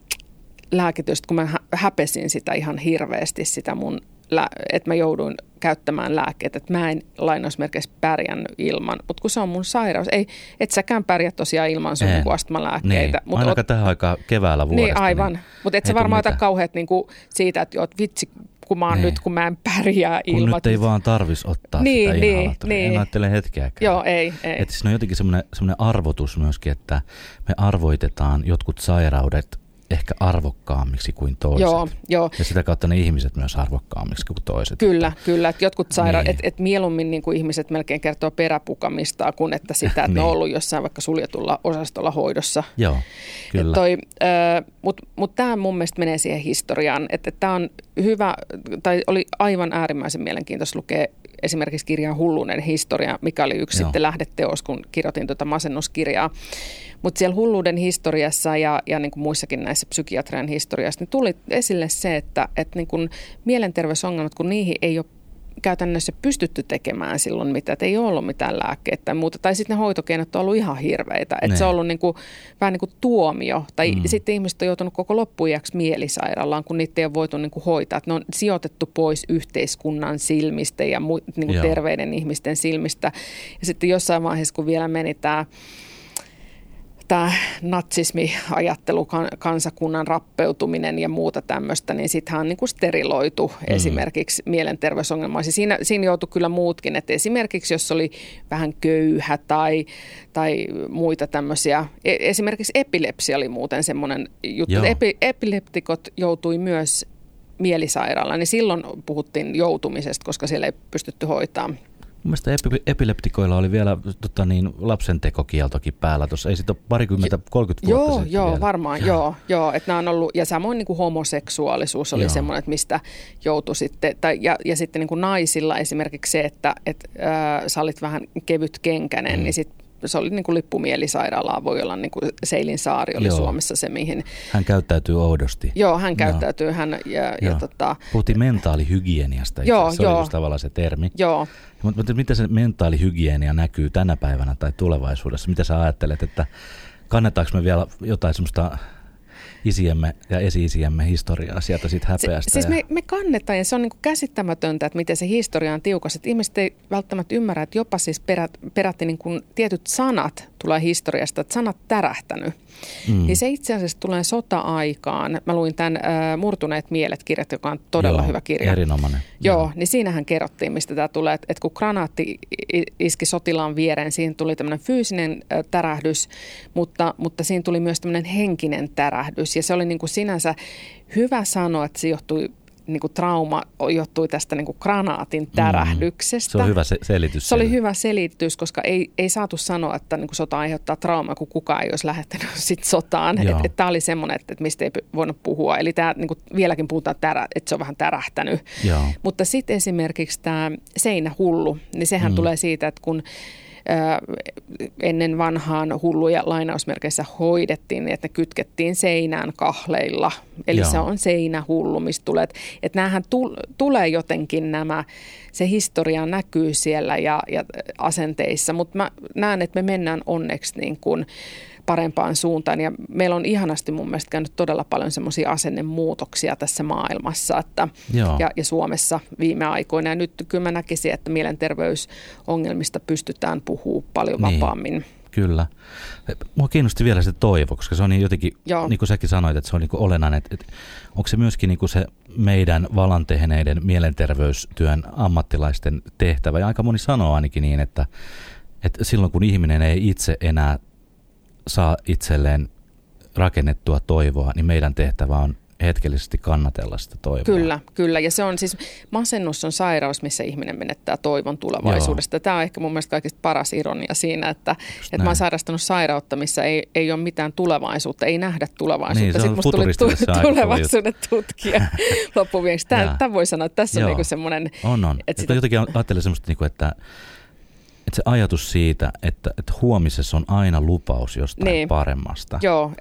lääkitystä, kun mä häpesin sitä ihan hirveästi, sitä mun että mä jouduin käyttämään lääkkeet, että mä en lainausmerkeissä pärjännyt ilman, mutta kun se on mun sairaus, et säkään pärjää tosiaan ilman sun astmalääkkeitä. Niin. Ainakaan tähän aikaan keväällä vuodesta. Niin, aivan. Mutta et sä varmaan ota kauheat niinku siitä, että vitsi, kun mä oon nyt, kun mä en pärjää ilman. Kun nyt ei vaan tarvitsisi ottaa sitä inhalaattoria. En ajattele hetkeäkään. Joo, ei. Että siinä on jotenkin semmoinen arvotus myöskin, että me arvoitetaan jotkut sairaudet ehkä arvokkaammiksi kuin toiset. Joo. Ja sitä kautta ne ihmiset myös arvokkaammiksi kuin toiset. Kyllä. Että jotkut sairaudet, että mieluummin niin kuin ihmiset melkein kertoo peräpukamistaa kuin että sitä, että ne on ollut jossain vaikka suljetulla osastolla hoidossa. Joo, kyllä. Mutta tämä mun mielestä menee siihen historiaan, että tämä on hyvä, tai oli aivan äärimmäisen mielenkiintoista lukea esimerkiksi kirjaa Hulluuden historia, mikä oli yksi sitten lähdeteos, kun kirjoitin masennuskirjaa. Mutta siellä Hulluuden historiassa ja niin kuin muissakin näissä psykiatrian historiassa niin tuli esille se, että niin kuin mielenterveysongelmat, kun niihin ei ole käytännössä pystytty tekemään silloin mitään, että ei ole ollut mitään lääkkeitä tai muuta. Tai sitten ne hoitokeinot on ollut ihan hirveitä. Että se on ollut niin kuin, vähän niin kuin tuomio. Tai sitten ihmiset on joutunut koko loppuiäksi mielisairaalaan, kun niitä ei ole voitu niin kuin hoitaa. Että ne on sijoitettu pois yhteiskunnan silmistä ja niin kuin terveiden ihmisten silmistä. Ja sitten jossain vaiheessa, kun vielä meni tämä natsismi-ajattelu, kansakunnan rappeutuminen ja muuta tämmöistä, niin sittenhän on niin kuin steriloitu esimerkiksi mielenterveysongelmaisia. Siinä joutui kyllä muutkin, että esimerkiksi jos oli vähän köyhä tai muita tämmöisiä, esimerkiksi epilepsia oli muuten semmoinen juttu, että epileptikot joutui myös mielisairaalaan, niin silloin puhuttiin joutumisesta, koska siellä ei pystytty hoitamaan. Mun mielestä epileptikoilla oli vielä lapsentekokieltokin päällä tuossa. Ei siitä ole 20-30 vuotta sitten Joo, vielä. varmaan. Joo, että nämä on ollut, ja samoin niin kuin homoseksuaalisuus oli semmoinen, että mistä joutui sitten, ja sitten niin kuin naisilla esimerkiksi se, että sä olit vähän kevytkenkäinen, niin sitten se oli niin kuin lippumielisairaalaa, voi olla niin kuin Seilin saari oli Suomessa se, mihin... Hän käyttäytyy oudosti. Joo, hän käyttäytyy. Puhuttiin mentaalihygieniasta, se oli just tavallaan se termi. Joo. Mutta miten se mentaalihygienia näkyy tänä päivänä tai tulevaisuudessa? Mitä sä ajattelet, että kannetaanko me vielä jotain semmoista isiemme ja esi-isiemme historiaa sieltä siitä häpeästä? Siis me kannetaan, ja se on niin kuin käsittämätöntä, että miten se historia on tiukas. Että ihmiset ei välttämättä ymmärrä, että jopa siis peräti niin kuin tietyt sanat tulee historiasta, että sanat tärähtänyt. Niin se itse asiassa tulee sota-aikaan. Mä luin tämän Murtuneet mielet-kirjat, joka on todella hyvä kirja. Erinomainen. Joo, niin siinähän kerrottiin, mistä tämä tulee. Että kun granaatti iski sotilaan viereen, siihen tuli tämmöinen fyysinen tärähdys, mutta siinä tuli myös tämmöinen henkinen tärähdys. Ja se oli niin kuin sinänsä hyvä sanoa, että se johtui niin kuin trauma johtui tästä niin kuin granaatin tärähdyksestä. Se on hyvä selitys. Se oli hyvä selitys, koska ei saatu sanoa, että niin kuin sota aiheuttaa traumaa, kun kukaan ei olisi lähettänyt sit sotaan. Tämä oli semmoinen, että mistä ei voinut puhua. Eli tämä, niin kuin vieläkin puhutaan, että se on vähän tärähtänyt. Joo. Mutta sitten esimerkiksi tämä seinähullu, niin sehän tulee siitä, että kun ennen vanhaan hulluja lainausmerkeissä hoidettiin, niin että ne kytkettiin seinään kahleilla. Eli se on seinähullu, mistä tulee. Että näähän tulee jotenkin se historia näkyy siellä ja asenteissa, mutta mä näen, että me mennään onneksi niin kuin parempaan suuntaan ja meillä on ihanasti mun mielestä käynyt todella paljon semmoisia asennemuutoksia tässä maailmassa ja Suomessa viime aikoina. Ja nyt kyllä mä näkisin, että mielenterveysongelmista pystytään puhumaan paljon vapaammin. Kyllä. Mua kiinnosti vielä se toivo, koska se on niin jotenkin, niin kuin säkin sanoit, että se on niin kuin olennainen. Että onko se myöskin niin kuin se meidän valantehneiden mielenterveystyön ammattilaisten tehtävä? Ja aika moni sanoo ainakin niin, että silloin kun ihminen ei itse enää saa itselleen rakennettua toivoa, niin meidän tehtävä on hetkellisesti kannatella sitä toivoa. Kyllä. Ja se on siis, masennus on sairaus, missä ihminen menettää toivon tulevaisuudesta. Tämä on ehkä mun mielestä kaikista paras ironia siinä, että mä oon sairastanut sairautta, missä ei ole mitään tulevaisuutusta, ei nähdä tulevaisuutta. Niin, sitten musta tuli tulevaisuuden tutkija loppuviimeksi. Tämä voi sanoa, että tässä on niinku semmoinen... On. Että jotenkin ajattelen semmoista, että se ajatus siitä, että huomisessa on aina lupaus jostain paremmasta. Joo,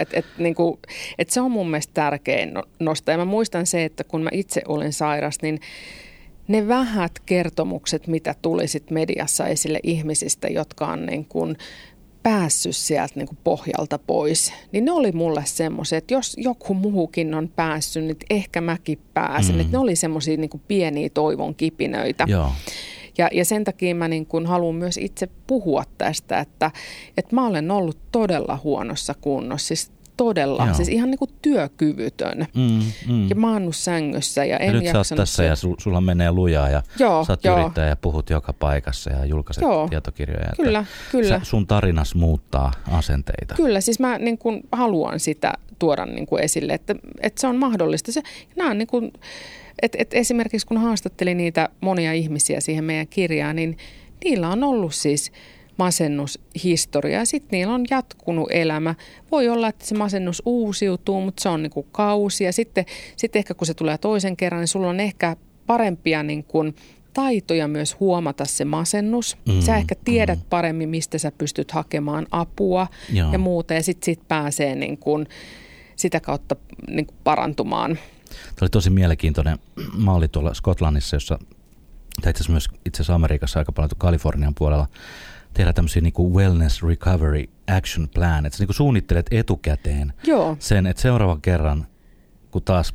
että se on mun mielestä tärkein nostaa. Ja mä muistan se, että kun mä itse olin sairas, niin ne vähät kertomukset, mitä tuli sit mediassa esille ihmisistä, jotka on niin kuin päässyt sieltä niin kuin pohjalta pois, niin ne oli mulle semmoisia, että jos joku muukin on päässyt, niin ehkä mäkin pääsen. Että ne oli semmoisia niin kuin pieniä toivon kipinöitä. Joo. Ja sen takia mä niin kun haluan myös itse puhua tästä, että mä olen ollut todella huonossa kunnossa, siis todella, siis ihan niin kuin työkyvytön ja maannut sängyssä ja en nyt jaksanut. Sä oot tässä ja sulla menee lujaa ja sä oot yrittäjä ja puhut joka paikassa ja julkaiset tietokirjoja. Kyllä. Sun tarinas muuttaa asenteita. Kyllä, siis mä niin kun haluan sitä tuoda niin kuin esille, että se on mahdollista. Nämä on niin kuin... Et esimerkiksi kun haastattelin niitä monia ihmisiä siihen meidän kirjaan, niin niillä on ollut siis masennushistoria ja sitten niillä on jatkunut elämä. Voi olla, että se masennus uusiutuu, mutta se on niin kuin kausi ja sitten ehkä kun se tulee toisen kerran, niin sulla on ehkä parempia niin kuin taitoja myös huomata se masennus. Sä ehkä tiedät paremmin, mistä sä pystyt hakemaan apua ja muuta ja sitten pääsee niin kuin sitä kautta niin kuin parantumaan. Tämä oli tosi mielenkiintoinen. Mä olin tuolla Skotlannissa, jossa, tai itse asiassa Amerikassa aika paljon Kalifornian puolella, tehdään tämmöisiä niin kuin wellness recovery action plan. Että sä niin kuin suunnittelet etukäteen sen, että seuraavan kerran, kun taas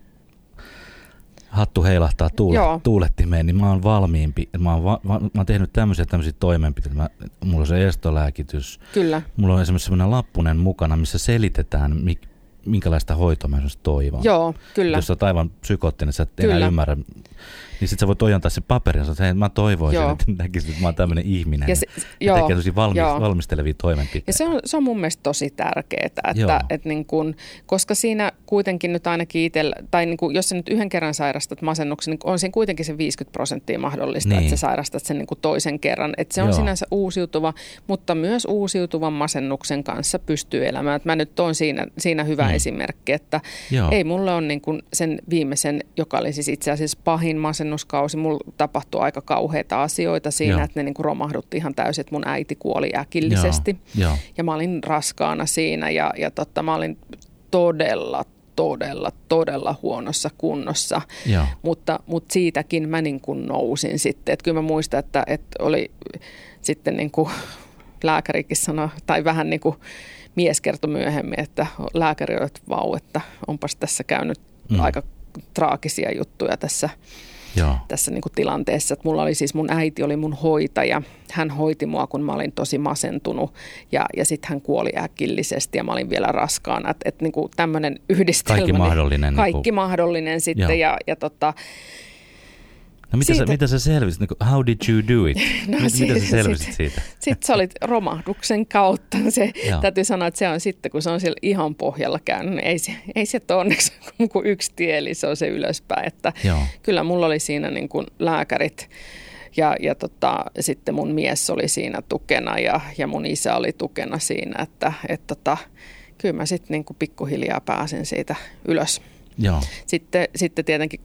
hattu heilahtaa tuulettimeen, niin mä oon valmiimpi. Mä oon tehnyt tämmöisiä toimenpiteitä. Mulla on se estolääkitys. Kyllä. Mulla on esimerkiksi semmoinen lappunen mukana, missä selitetään, minkälaista hoitoa mä esimerkiksi toivon. Joo, kyllä. Jos sä oot aivan psykoottinen, sä et enää ymmärrä, niin sit sä voit ojentaa sen paperin ja sanoa, että mä toivoisin, että näkisit, että mä oon tämmöinen ihminen. Ja tekee valmistelevia toimenpiteitä. Ja se on mun mielestä tosi tärkeää, että niin kun, koska siinä kuitenkin nyt ainakin itsellä, tai niin kun, jos sä nyt yhden kerran sairastat masennuksen, niin on siinä kuitenkin se 50% mahdollista, että sä sairastat sen niin kun toisen kerran. Että se on sinänsä uusiutuva, mutta myös uusiutuvan masennuksen kanssa pystyy elämään. Että mä nyt oon siinä hyvä esimerkki, että ei mulle ole niin kun sen viimeisen, joka oli siis itse asiassa pahin masennuskausi, mulla tapahtui aika kauheita asioita siinä, että ne niin kuin romahdutti ihan täysin, että mun äiti kuoli äkillisesti ja mä olin raskaana siinä ja mä olin todella huonossa kunnossa, mutta siitäkin mä niin kuin nousin sitten, että kyllä mä muistan, että oli sitten niin kuin lääkärikin sanoi, tai vähän niin kuin mies kertoi myöhemmin, että lääkäri oli, että että onpas tässä käynyt aika traagisia juttuja tässä niin kuin tilanteessa. Että mulla oli siis mun äiti oli mun hoitaja. Hän hoiti mua, kun mä olin tosi masentunut ja sitten hän kuoli äkillisesti ja mä olin vielä raskaana. Että niin kuin tämmöinen yhdistelmä. Kaikki mahdollinen. Kaikki mahdollinen sitten No mitä sä selvisit? How did you do it? No, mitä sä selvisit siitä? Sitten se oli romahduksen kautta. Täytyy sanoa, että se on sitten, kun se on siellä ihan pohjalla käynyt, niin ei se onneksi kuin yksi tie, eli se on se ylöspäin. Että kyllä mulla oli siinä niin kuin lääkärit ja sitten mun mies oli siinä tukena ja mun isä oli tukena siinä, että kyllä mä sitten niin kuin pikkuhiljaa pääsin siitä ylös. Joo. Sitten tietenkin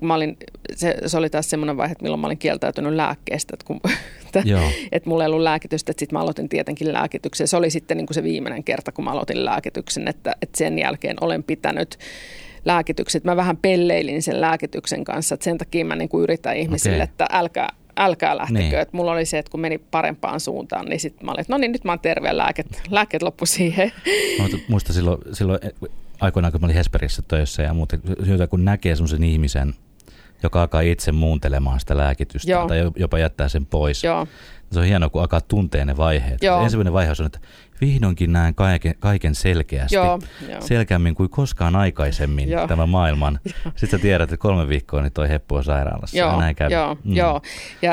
se oli taas semmoinen vaihe, että milloin mä olin kieltäytynyt lääkkeestä, että mulla ei ollut lääkitystä, että sitten mä aloitin tietenkin lääkityksen. Se oli sitten niin kuin se viimeinen kerta, kun mä aloitin lääkityksen, että sen jälkeen olen pitänyt lääkitykset. Mä vähän pelleilin sen lääkityksen kanssa, että sen takia mä niin kuin yritän ihmisille, että älkää lähtekö. Niin. Että mulla oli se, että kun meni parempaan suuntaan, niin sitten mä olin, että no niin, nyt mä oon terve, lääkkeet loppu siihen. Muista silloin aikoinaan, kun mä olin Hesperissä töissä ja muuten, kun näkee semmoisen ihmisen, joka alkaa itse muuntelemaan sitä lääkitystä tai jopa jättää sen pois. Joo. Se on hienoa, kun alkaa tuntea ne vaiheet. Ensimmäinen vaihe on, että vihdoinkin näen kaiken selkeästi, selkeämmin kuin koskaan aikaisemmin tämän maailman. Sitten sä tiedät, että 3 viikkoa niin toi heppu on sairaalassa. Joo.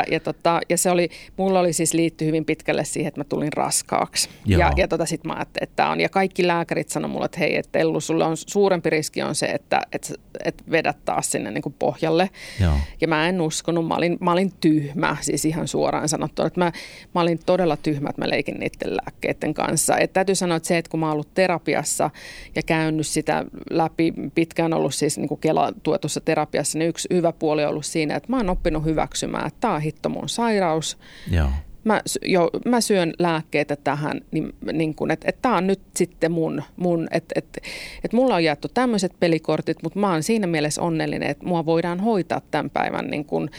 Ja se oli, mulla oli siis liitty hyvin pitkälle siihen, että mä tulin raskaaksi. Ja sitten mä ajattelin, että tämä on. Ja kaikki lääkärit sanoi mulle, että hei, että Ellu, sulla on suurempi riski on se, että vedät taas sinne niin kuin pohjalle. Joo. Ja mä en uskonut, mä olin tyhmä, siis ihan suoraan sanottuna, että mä olin todella tyhmä, että mä leikin niiden lääkkeiden kanssa. Et täytyy sanoa, että se, että kun mä oon ollut terapiassa ja käynyt sitä läpi, pitkään ollut siis niin kuin Kela-tuetussa terapiassa, niin yksi hyvä puoli on ollut siinä, että mä oon oppinut hyväksymään, että tää on hitto mun sairaus. Joo. Mä syön lääkkeitä tähän, niin kuin, että tää on nyt sitten mun että mulla on jaettu tämmöiset pelikortit, mutta mä oon siinä mielessä onnellinen, että mua voidaan hoitaa tämän päivän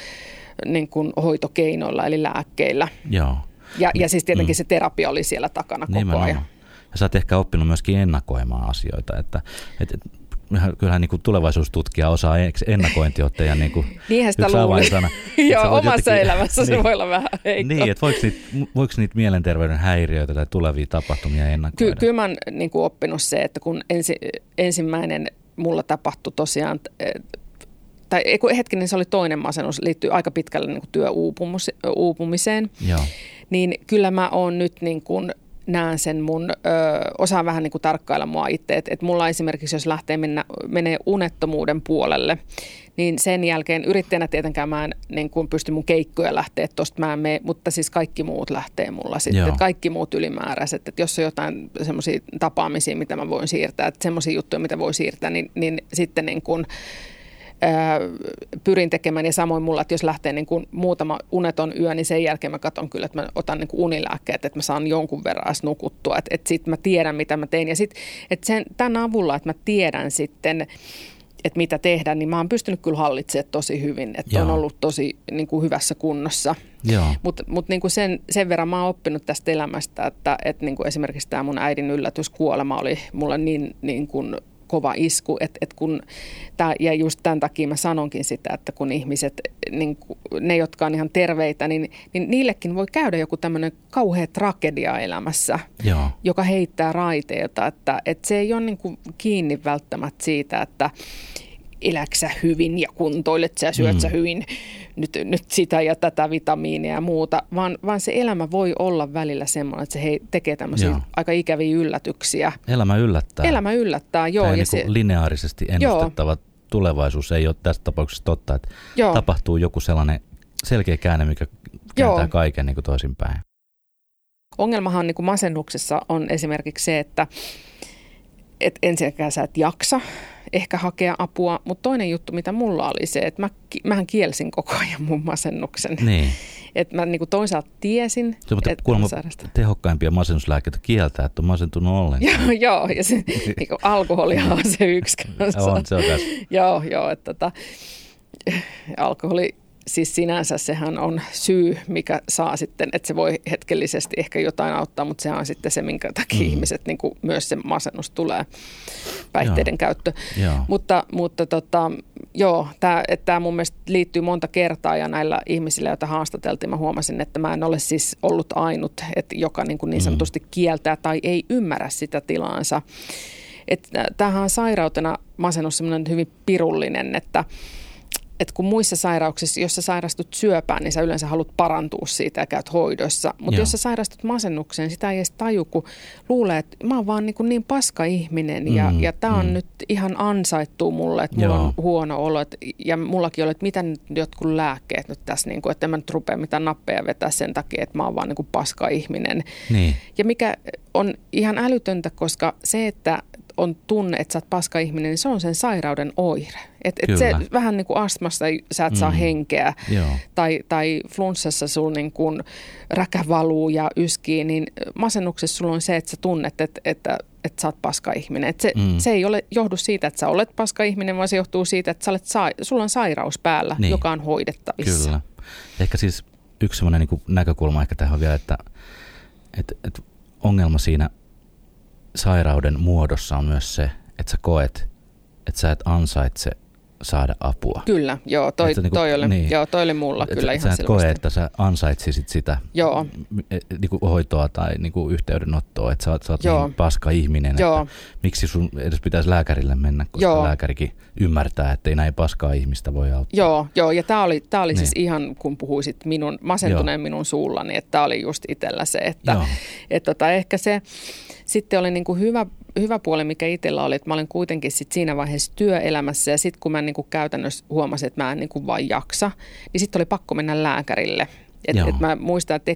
niin kuin hoitokeinoilla eli lääkkeillä. Joo. Ja siis tietenkin se terapia oli siellä takana koko ajan. Ja sä oot ehkä oppinut myöskin ennakoimaan asioita, että kyllähän niin kuin tulevaisuustutkija osaa ennakointiotteja niin kuin niinhän sitä avainsana. Joo, omassa elämässä se voi olla vähän heikko. Niin, että voiko niitä mielenterveyden häiriöitä tai tulevia tapahtumia ennakoida? Kyllä mä oon niin kuin oppinut se, että kun ensimmäinen mulla tapahtui tosiaan, tai hetkinen, se oli toinen masennus, liittyy aika pitkälle niin kuin työuupumiseen, niin kyllä mä oon nyt niin kuin näen sen osaan vähän niin kuin tarkkailla mua itse, että mulla esimerkiksi, jos menee unettomuuden puolelle, niin sen jälkeen yrittäjänä tietenkään mä en niin kuin pysty mun keikkoja lähteä tuosta, mä en mene, mutta siis kaikki muut lähtee mulla sitten, että kaikki muut ylimääräiset, että jos on jotain semmoisia tapaamisia, mitä mä voin siirtää, että semmoisia juttuja, mitä voi siirtää, niin sitten niin kuin pyrin tekemään, ja samoin mulla, että jos lähtee niin kuin muutama uneton yö, niin sen jälkeen mä katson kyllä, että mä otan niin kuin unilääkkeet, että mä saan jonkun verran nukuttua, että sitten mä tiedän, mitä mä tein, ja sitten tämän avulla, että mä tiedän sitten, että mitä tehdä, niin mä oon pystynyt kyllä hallitsemaan tosi hyvin, että on ollut tosi niin kuin hyvässä kunnossa. Mutta niin kuin sen verran mä oon oppinut tästä elämästä, että niin kuin esimerkiksi tämä mun äidin yllätyskuolema oli mulle niin kuin kova isku, että kun ja just tämän takia mä sanonkin sitä, että kun ihmiset, niin ne jotka on ihan terveitä, niin niillekin voi käydä joku tämmöinen kauhea tragedia elämässä, joka heittää raiteilta, että se ei ole niin kuin kiinni välttämättä siitä, että eläksä hyvin ja kuntoilet sä, syöt sä hyvin nyt sitä ja tätä vitamiinia ja muuta, vaan se elämä voi olla välillä semmoinen, että se tekee tämmöisiä aika ikäviä yllätyksiä. Elämä yllättää, joo. Ja niin kuin lineaarisesti ennustettava tulevaisuus ei ole tässä tapauksessa totta, että tapahtuu joku sellainen selkeä käänne, mikä kääntää kaiken niin kuin toisinpäin. Ongelmahan niin kuin masennuksessa on esimerkiksi se, että ensinnäkään sä et jaksa ehkä hakea apua, mutta toinen juttu, mitä mulla oli se, että mähän kielsin koko ajan mun masennuksen. Niin. Että mä niin kuin toisaalta tiesin, että kuulemma tehokkaimpia masennuslääkkeitä kieltää, että on masentunut ollenkaan. Joo, ja se niin kuin alkoholihan on se yksi kanssa. On, se on tässä. Joo, että alkoholi siis sinänsä sehän on syy, mikä saa sitten, että se voi hetkellisesti ehkä jotain auttaa, mutta se on sitten se, minkä takia ihmiset, niin kuin myös se masennus tulee, päihteiden käyttö. Mutta tämä mun mielestä liittyy monta kertaa ja näillä ihmisillä, joita haastateltiin, mä huomasin, että mä en ole siis ollut ainut, että joka niin sanotusti kieltää tai ei ymmärrä sitä tilaansa. Tämähän on sairautena masennus semmoinen hyvin pirullinen, että että kun muissa sairauksissa, jos sä sairastut syöpään, niin sä yleensä haluat parantua siitä ja käyt hoidossa. Mutta jos sä sairastut masennukseen, sitä ei edes taju, kun luulee, että mä oon vaan niin paska ihminen ja tää on nyt ihan ansaittuu mulle, että mulla on huono olo. Ja mullakin on, että mitä nyt jotkut lääkkeet nyt tässä, niin kuin, että en mä nyt rupea mitään nappeja vetää sen takia, että mä oon vaan niin paska ihminen. Niin. Ja mikä on ihan älytöntä, koska se, että on tunne, että sä oot paska ihminen, niin se on sen sairauden oire. Et se vähän niin kuin astmassa sä et saa henkeä tai flunssassa sulla niin kuin räkä valuu ja yskii, niin masennuksessa sulla on se, että sä tunnet, että sä oot paska ihminen. Se ei johdu siitä, että sä olet paska ihminen, vaan se johtuu siitä, että sulla on sairaus päällä, joka on hoidettavissa. Kyllä. Ehkä siis yksi sellainen niin kuin näkökulma ehkä tähän vielä, että ongelma siinä sairauden muodossa on myös se, että sä koet, että sä et ansaitse saada apua. Kyllä, joo, toi oli mulla kyllä ihan selvästi. Sä et koe, että sä ansaitsisit sitä niin kuin hoitoa tai niin kuin yhteydenottoa, että sä oot niin paska ihminen, että miksi sun edes pitäisi lääkärille mennä, koska lääkärikin ymmärtää, että ei näin paskaa ihmistä voi auttaa. Joo, ja tää oli siis ihan, kun puhuisit masentuneen minun suullani, että tää oli just itsellä se, että ehkä se sitten oli niin kuin hyvä puoli, mikä itsellä oli, että mä olin kuitenkin sit siinä vaiheessa työelämässä ja sitten kun mä niin kuin käytännössä huomasin, että mä en niin kuin vaan jaksa, niin sitten oli pakko mennä lääkärille. Et mä muistan, että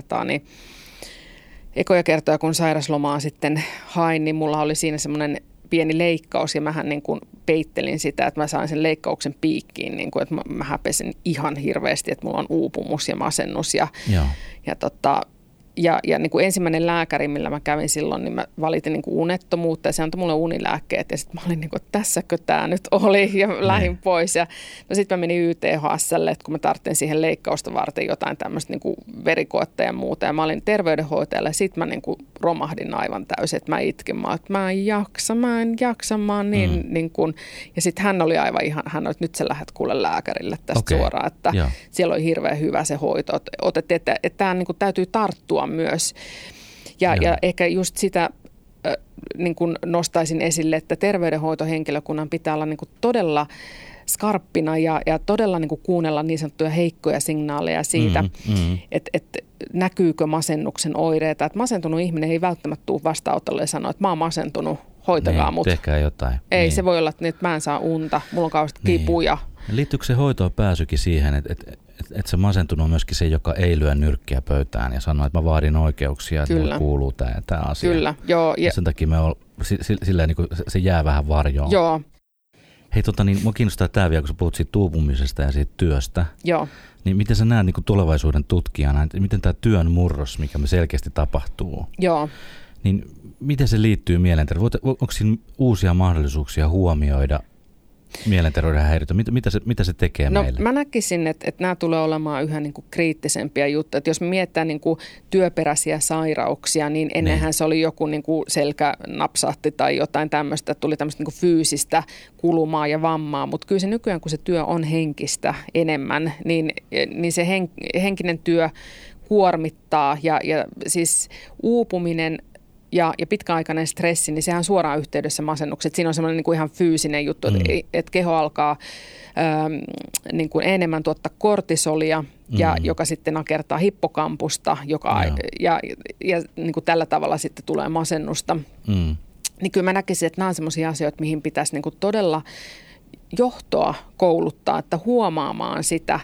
ekoja kertoja, kun sairaslomaa sitten hain, niin mulla oli siinä semmoinen pieni leikkaus ja mähän niin kuin peittelin sitä, että mä sain sen leikkauksen piikkiin, niin kuin, että mä häpesin ihan hirveästi, että mulla on uupumus ja masennus ja niin kuin ensimmäinen lääkäri, millä mä kävin silloin, niin mä valitin niin kuin unettomuutta ja se antoi mulle unilääkkeet. Ja sitten mä olin niin kuin, että tässäkö tämä nyt oli ja lähdin pois. Ja no sitten mä menin YTHS:lle, että kun mä tarvitsin siihen leikkausta varten jotain tämmöistä niin kuin verikoetta ja muuta. Ja mä olin terveydenhoitajalle ja sitten mä niin kuin romahdin aivan täysin, että mä itkin. Mä en jaksa, mä oon niin kuin. Ja sitten hän oli aivan ihan, hän oli, että nyt sä lähdet kuule lääkärille tästä suoraan. Että siellä oli hirveän hyvä se hoito. Otettiin, että tämä niin kuin täytyy tarttua myös. Ja ehkä just sitä niin kuin nostaisin esille, että terveydenhoitohenkilökunnan pitää olla niin kuin todella skarppina ja todella niin kuin kuunnella niin sanottuja heikkoja signaaleja siitä, että näkyykö masennuksen oireita. Että masentunut ihminen ei välttämättä tule vastaanotolle ja sano, että mä oon masentunut, hoitakaa mut. Tehkää jotain. Ei, se voi olla, että mä en saa unta, mulla on kauheasti kipuja. Liittyykö se hoitoon pääsykin siihen, että se masentunut on myöskin se, joka ei lyö nyrkkiä pöytään ja sanoo, että mä vaadin oikeuksia, että mulle kuuluu tämä asia. Kyllä, joo. Ja sen takia silleen, niin kuin se jää vähän varjoon. Joo. Hei, mua kiinnostaa tämä vielä, kun sä puhut siitä tuupumisesta ja siitä työstä. Joo. Niin miten sä näet niin kuin tulevaisuuden tutkijana, että miten tämä työn murros, mikä me selkeästi tapahtuu, niin miten se liittyy mielenterveyteen? Onko siinä uusia mahdollisuuksia huomioida mielenterveyden häiriötä? Mitä se tekee meille? Mä näkisin, että nämä tulee olemaan yhä niin kuin kriittisempiä juttuja. Että jos me mietitään niin kuin työperäisiä sairauksia, niin ennenhän se oli joku niin kuin selkänapsahti tai jotain tämmöistä, tuli tämmöistä niin kuin fyysistä kulumaa ja vammaa. Mutta kyllä se nykyään, kun se työ on henkistä enemmän, niin se henkinen työ kuormittaa ja siis uupuminen ja pitkäaikainen stressi, niin sehän on suoraan yhteydessä masennukset. Siinä on semmoinen niin kuin ihan fyysinen juttu, että keho alkaa niin kuin enemmän tuottaa kortisolia, joka sitten nakertaa hippokampusta, ja niin kuin tällä tavalla sitten tulee masennusta. Niin kyllä mä näkisin, että nämä on semmoisia asioita, mihin pitäisi niin kuin todella johtoa kouluttaa, että huomaamaan sitä,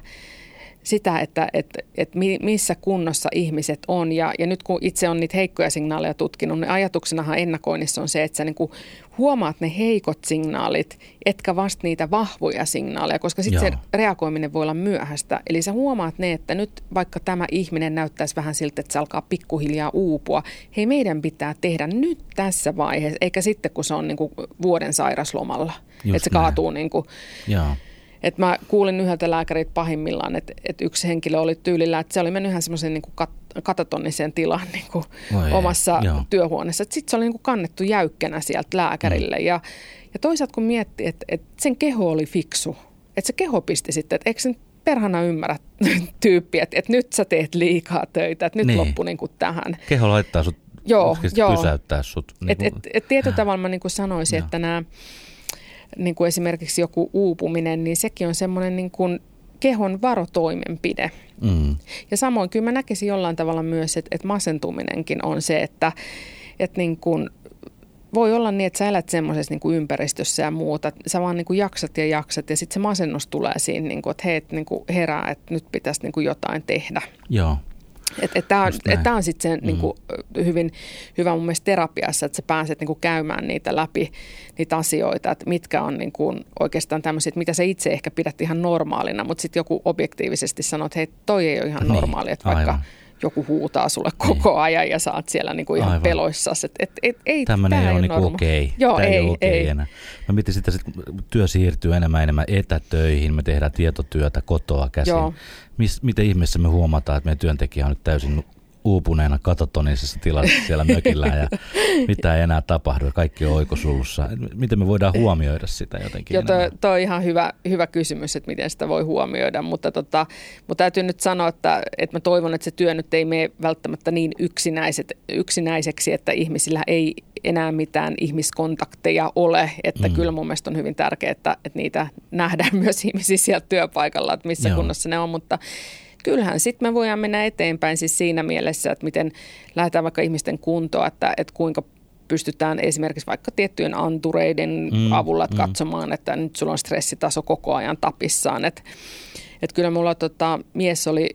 että missä kunnossa ihmiset on. Ja nyt kun itse on niitä heikkoja signaaleja tutkinut, niin ajatuksenahan ennakoinnissa on se, että sä niin kuin huomaat ne heikot signaalit, etkä vasta niitä vahvoja signaaleja, koska sitten se reagoiminen voi olla myöhäistä. Eli sä huomaat ne, että nyt vaikka tämä ihminen näyttäisi vähän siltä, että se alkaa pikkuhiljaa uupua. Hei, meidän pitää tehdä nyt tässä vaiheessa, eikä sitten kun se on niin kuin vuoden sairaslomalla. Että se kaatuu niin kuin. Että mä kuulin yhdeltä lääkäriltä pahimmillaan, että yksi henkilö oli tyylillä, että se oli mennyt ihan semmoiseen niin kuin katatoniseen tilaan niin kuin omassa työhuoneessa. Sitten se oli niin kuin kannettu jäykkänä sieltä lääkärille. Ja toisaalta kun miettii, että sen keho oli fiksu, että se keho pisti sitten, että eikö sen perhana ymmärrä tyyppiä, että nyt sä teet liikaa töitä, että nyt loppu niin kuin tähän. Keho laittaa sut, pysäyttää sut. Tietyllä tavalla mä niin kuin sanoisin, että nämä niin kuin esimerkiksi joku uupuminen, niin sekin on semmoinen niin kuin kehon varotoimenpide. Ja samoin kyllä mä näkisin jollain tavalla myös, että masentuminenkin on se, että niin kuin voi olla niin, että sä elät semmoisessa niin kuin ympäristössä ja muuta, sä vaan niin kuin jaksat ja sitten se masennus tulee siinä, niin kuin, että hei, niin kuin herää, että nyt pitäisi niin kuin jotain tehdä. Joo. Tämä on sitten se niin kuin, hyvin hyvä mun mielestä terapiassa, että sä pääset niin kuin käymään niitä läpi, niitä asioita, että mitkä on niin kuin oikeastaan tämmöisiä, mitä sä itse ehkä pidät ihan normaalina, mutta sitten joku objektiivisesti sanoo, että hei, toi ei ole ihan normaali, että vaikka aivan. Joku huutaa sulle koko ajan ja sä oot siellä niinku ihan peloissasi. Tämmöinen ei ole niinku okei. Joo, tämä ei ole okei enää. No miten sitten työ siirtyy enemmän etätöihin, me tehdään tietotyötä kotoa käsin. Miten ihmeessä me huomataan, että meidän työntekijä on nyt täysin uupuneena katotonisessa tilassa siellä mökillään ja mitä ei enää tapahdu, kaikki on oikosulussa. Miten me voidaan huomioida sitä jotenkin? Joo, toi on ihan hyvä kysymys, että miten sitä voi huomioida, mutta täytyy nyt sanoa, että mä toivon, että se työ nyt ei mene välttämättä niin yksinäiseksi, että ihmisillä ei enää mitään ihmiskontakteja ole, että kyllä mun mielestä on hyvin tärkeää, että niitä nähdään myös ihmisiä siellä työpaikalla, että missä kunnossa ne on, mutta kyllähän sitten me voidaan mennä eteenpäin siis siinä mielessä, että miten lähdetään vaikka ihmisten kuntoon, että kuinka pystytään esimerkiksi vaikka tiettyjen antureiden avulla katsomaan, että nyt sulla on stressitaso koko ajan tapissaan. Että kyllä mulla mies oli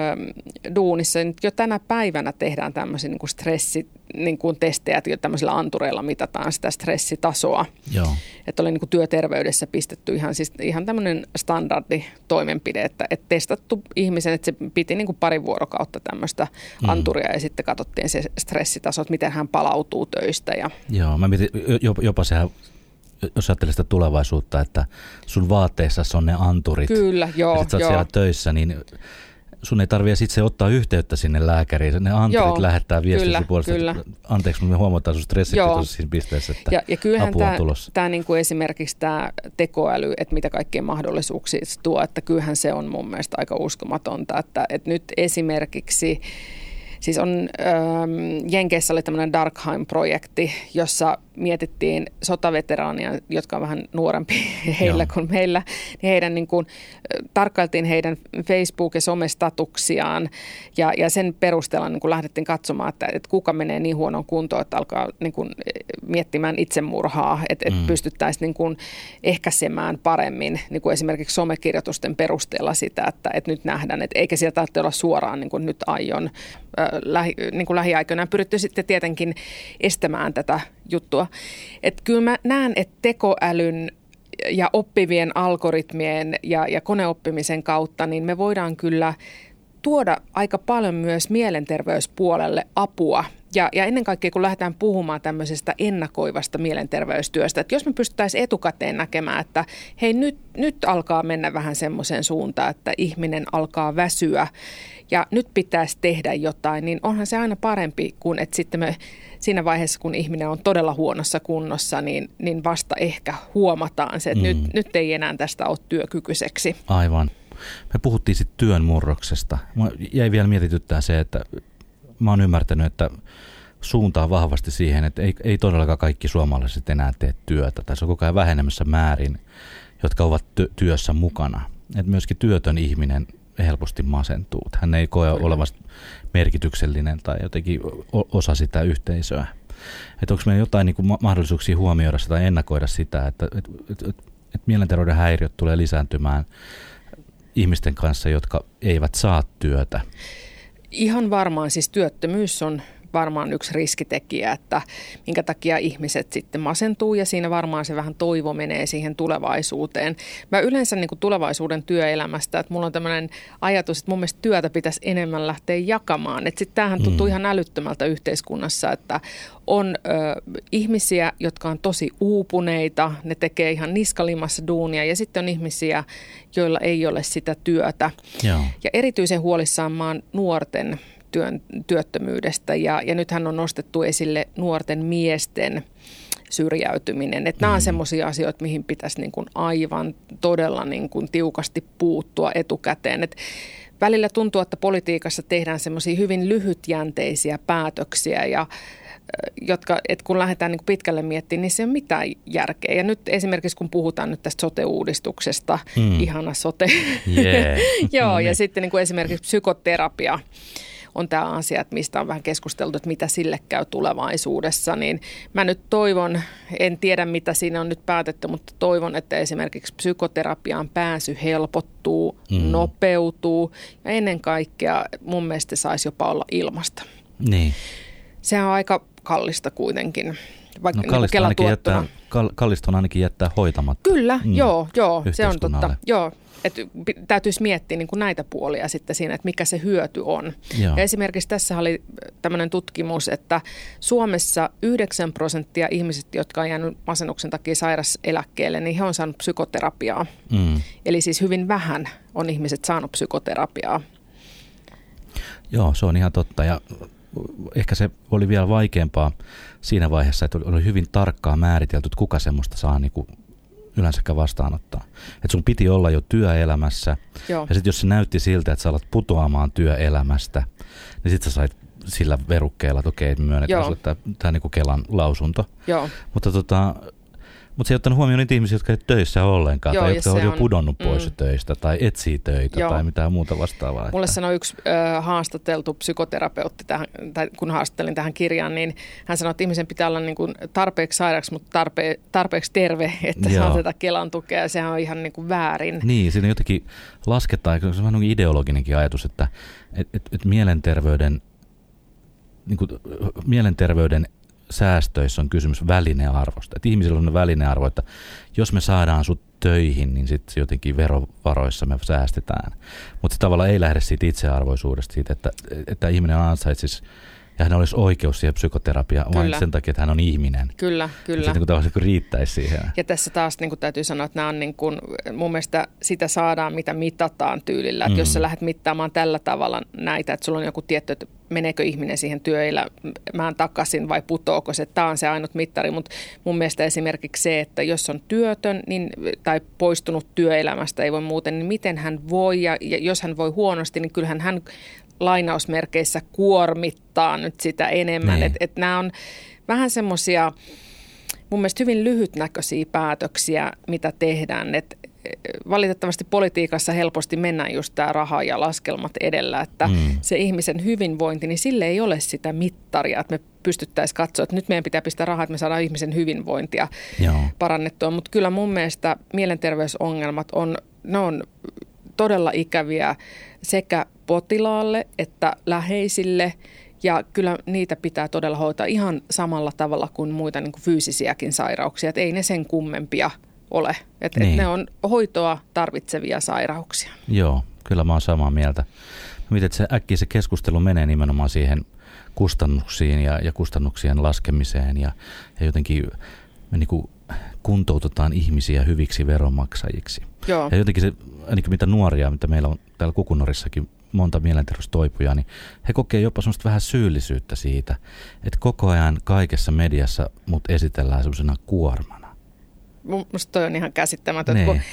duunissa, nyt jo tänä päivänä tehdään tämmöisiä niin kuin stressitestejä, että jo tämmöisillä antureilla mitataan sitä stressitasoa. Joo. Että oli niin kuin työterveydessä pistetty ihan tämmöinen standarditoimenpide, että testattu ihmisen, että se piti niin kuin 2 vuorokautta tämmöistä anturia ja sitten katsottiin se stressitaso, että miten hän palautuu töistä. Joo, mä mietin jopa sehän, jos ajattelee sitä tulevaisuutta, että sun vaatteissa on ne anturit. Kyllä, joo. Ja sit sä oot siellä töissä, niin sun ei tarvitse sitten ottaa yhteyttä sinne lääkäriin. Ne anturit lähettää viestisi puolesta, että anteeksi, mutta me huomataan sun stressitasossa siinä pisteessä, että ja kyllähän apua on tulossa. Tämä niinku esimerkiksi tämä tekoäly, että mitä kaikkea mahdollisuuksia se tuo, että kyllähän se on mun mielestä aika uskomatonta, että nyt esimerkiksi siis on, Jenkeissä oli tämmöinen Darkheim-projekti, jossa mietittiin sotaveteraania, jotka on vähän nuorempi heillä kuin meillä, niin heidän niin kuin, tarkkailtiin heidän Facebook- ja somestatuksiaan ja sen perusteella niin kuin lähdettiin katsomaan, että kuka menee niin huonoon kuntoon, että alkaa niin kuin, miettimään itsemurhaa, että pystyttäisiin niin kuin ehkäisemään paremmin niin kuin esimerkiksi somekirjoitusten perusteella sitä, että nyt nähdään, että eikä sieltä tarvitse olla suoraan niin kuin nyt aion niin kuin lähiaikoina pyritty sitten tietenkin estämään tätä juttua. Että kyllä mä näen, että tekoälyn ja oppivien algoritmien ja koneoppimisen kautta, niin me voidaan kyllä tuoda aika paljon myös mielenterveyspuolelle apua. Ja ennen kaikkea, kun lähdetään puhumaan tämmöisestä ennakoivasta mielenterveystyöstä, että jos me pystyttäisiin etukäteen näkemään, että hei nyt alkaa mennä vähän semmoiseen suuntaan, että ihminen alkaa väsyä ja nyt pitäisi tehdä jotain, niin onhan se aina parempi kuin, että sitten me siinä vaiheessa, kun ihminen on todella huonossa kunnossa, niin vasta ehkä huomataan se, että nyt ei enää tästä ole työkykyiseksi. Aivan. Me puhuttiin sitten työn murroksesta. Mä jäi vielä mietityttää se, että mä oon ymmärtänyt, että suuntaa vahvasti siihen, että ei todellakaan kaikki suomalaiset enää tee työtä. Tai se on koko ajan vähenemässä määrin, jotka ovat työssä mukana. Että myöskin työtön ihminen helposti masentuu. Hän ei koe olevansa merkityksellinen tai jotenkin osa sitä yhteisöä. Että onko meillä jotain niin kuin mahdollisuuksia huomioida sitä tai ennakoida sitä, että mielenterveyden häiriöt tulee lisääntymään ihmisten kanssa, jotka eivät saa työtä? Ihan varmaan, siis työttömyys on varmaan yksi riskitekijä, että minkä takia ihmiset sitten masentuu ja siinä varmaan se vähän toivo menee siihen tulevaisuuteen. Mä yleensä niin kuin tulevaisuuden työelämästä, että mulla on tämmöinen ajatus, että mun mielestä työtä pitäisi enemmän lähteä jakamaan. Että sitten tämähän tuntuu ihan älyttömältä yhteiskunnassa, että on ihmisiä, jotka on tosi uupuneita, ne tekee ihan niskalimassa duunia ja sitten on ihmisiä, joilla ei ole sitä työtä. Joo. Ja erityisen huolissaan mä oon nuorten työttömyydestä ja nythän on nostettu esille nuorten miesten syrjäytyminen. Että nämä on semmoisia asioita, mihin pitäisi niin kuin aivan todella niin kuin tiukasti puuttua etukäteen. Et välillä tuntuu, että politiikassa tehdään semmoisia hyvin lyhytjänteisiä päätöksiä ja jotka, että kun lähdetään niin kuin pitkälle miettimään, niin se ei ole mitään järkeä. Ja nyt esimerkiksi kun puhutaan nyt tästä sote-uudistuksesta, ihana sote, joo, ja sitten niin kuin esimerkiksi psykoterapia on tämä asia, että mistä on vähän keskusteltu, että mitä sille käy tulevaisuudessa, niin mä nyt toivon, en tiedä mitä siinä on nyt päätetty, mutta toivon, että esimerkiksi psykoterapiaan pääsy helpottuu, nopeutuu ja ennen kaikkea mun mielestä saisi jopa olla ilmasta. Niin. Sehän on aika kallista kuitenkin, vaikka kallista on ainakin jättää hoitamatta. Kyllä, joo, se on totta. Joo. Että täytyisi miettiä niin kuin näitä puolia sitten siinä, että mikä se hyöty on. Joo. Ja esimerkiksi tässä oli tämmöinen tutkimus, että Suomessa 9% ihmisistä, jotka on jäänyt masennuksen takia sairaseläkkeelle, niin he on saanut psykoterapiaa. Eli siis hyvin vähän on ihmiset saanut psykoterapiaa. Joo, se on ihan totta. Ja ehkä se oli vielä vaikeampaa siinä vaiheessa, että oli hyvin tarkkaan määritelty, että kuka semmoista saa niin kuin yleensäkään vastaanottaa. Että sun piti olla jo työelämässä. Joo. Ja sitten jos se näytti siltä, että sä alat putoamaan työelämästä, niin sitten sä sait sillä verukkeella, että okei, myönnetään sulle tämä niinku Kelan lausunto. Joo. Mutta se ei ottanut huomioon niitä ihmisiä, jotka ei töissä ollenkaan, tai jotka on jo pudonnut pois töistä, tai etsii töitä, tai mitään muuta vastaavaa. Mulle sanoi yksi haastateltu psykoterapeutti, tai kun haastattelin tähän kirjaan, niin hän sanoi, että ihmisen pitää olla niin kuin tarpeeksi sairaaksi, mutta tarpeeksi terve, että saa tätä Kelan tukea, ja sehän on ihan niin kuin väärin. Niin, siinä jotenkin lasketaan, se on vähän ideologinenkin ajatus, että mielenterveyden säästöissä on kysymys välinearvosta. Että ihmisillä on välinearvo, että jos me saadaan sut töihin, niin sitten jotenkin verovaroissa me säästetään. Mutta se tavallaan ei lähde siitä itsearvoisuudesta, siitä, että ihminen ansaitsisi ja hän olisi oikeus siihen psykoterapiaan vain sen takia, että hän on ihminen. Kyllä. Se niin tavallaan riittäisi siihen. Ja tässä taas niin kuin täytyy sanoa, että nämä on niin kuin, mun mielestä sitä saadaan, mitä mitataan tyylillä. Että jos sä lähdet mittaamaan tällä tavalla näitä, että sulla on joku tietty, että meneekö ihminen siihen työelämään takaisin vai putoako se. Tämä on se ainut mittari, mutta mun mielestä esimerkiksi se, että jos on työtön tai poistunut työelämästä, ei voi muuten, niin miten hän voi ja jos hän voi huonosti, niin kyllähän hän lainausmerkeissä kuormittaa nyt sitä enemmän. Niin. Että nämä on vähän semmoisia mun mielestä hyvin lyhytnäköisiä päätöksiä, mitä tehdään. Et valitettavasti politiikassa helposti mennään just tämä raha ja laskelmat edellä, että se ihmisen hyvinvointi, niin sille ei ole sitä mittaria, että me pystyttäisiin katsoa, että nyt meidän pitää pistää rahaa, että me saadaan ihmisen hyvinvointia parannettua. Mutta kyllä mun mielestä mielenterveysongelmat on todella ikäviä sekä potilaalle että läheisille. Ja kyllä niitä pitää todella hoitaa ihan samalla tavalla kuin muita niin kuin fyysisiäkin sairauksia. Et ei ne sen kummempia ole. Et ne on hoitoa tarvitsevia sairauksia. Joo, kyllä mä oon samaa mieltä. Miten se keskustelu menee nimenomaan siihen kustannuksiin ja kustannuksien laskemiseen ja jotenkin me niin kuin kuntoutetaan ihmisiä hyviksi veronmaksajiksi. Joo. Ja jotenkin se, ainakin mitä nuoria, mitä meillä on täällä Kukunorissakin monta mielenterveystoipujaa, niin he kokee jopa semmoista vähän syyllisyyttä siitä, että koko ajan kaikessa mediassa mut esitellään semmoisena kuormana. Musta toi on ihan käsittämätöntä. Kun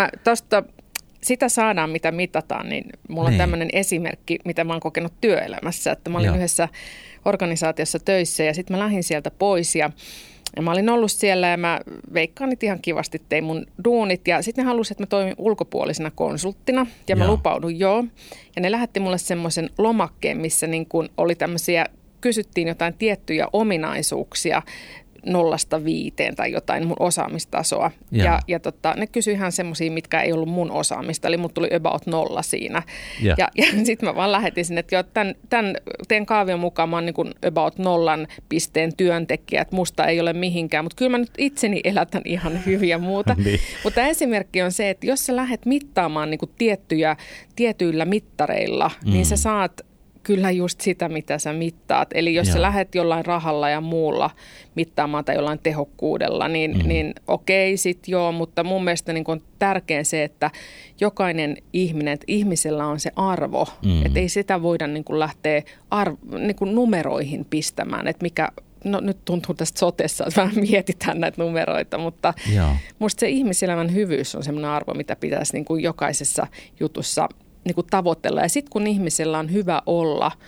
sitä saadaan, mitä mitataan, niin mulla on tämmöinen esimerkki, mitä mä oon kokenut työelämässä. Että mä olin yhdessä organisaatiossa töissä ja sitten mä lähdin sieltä pois ja mä olin ollut siellä ja mä veikkaan nyt ihan kivasti tein mun duunit ja sitten ne halusivat, että mä toimin ulkopuolisena konsulttina ja mä lupaudun Ja ne lähetti mulle semmoisen lomakkeen, missä niin kun oli tämmöisiä, kysyttiin jotain tiettyjä ominaisuuksia 0-5 tai jotain mun osaamistasoa. Ja ne kysyi ihan semmoisia, mitkä ei ollut mun osaamista, eli mut tuli about 0 siinä. Ja sitten mä vaan lähetin sinne, että tämän teidän kaavion mukaan mä oon niin kuin about 0 pisteen työntekijä, että musta ei ole mihinkään, mutta kyllä mä nyt itseni elätän ihan hyviä muuta. Niin. Mutta esimerkki on se, että jos sä lähdet mittaamaan niin kuin tietyillä mittareilla, niin sä saat kyllä just sitä, mitä sä mittaat. Eli jos sä lähdet jollain rahalla ja muulla mittaamaan tai jollain tehokkuudella, niin okei, mutta mun mielestä niin on tärkeä se, että jokainen ihminen, että ihmisellä on se arvo. Että ei sitä voida niin kuin lähteä niin kuin numeroihin pistämään, että mikä. No nyt tuntuu tästä sotessa, että vähän mietitään näitä numeroita, mutta musta se ihmiselämän hyvyys on semmoinen arvo, mitä pitäisi niin kuin jokaisessa jutussa niin kuin tavoitella. Ja sitten kun ihmisellä on hyvä olla,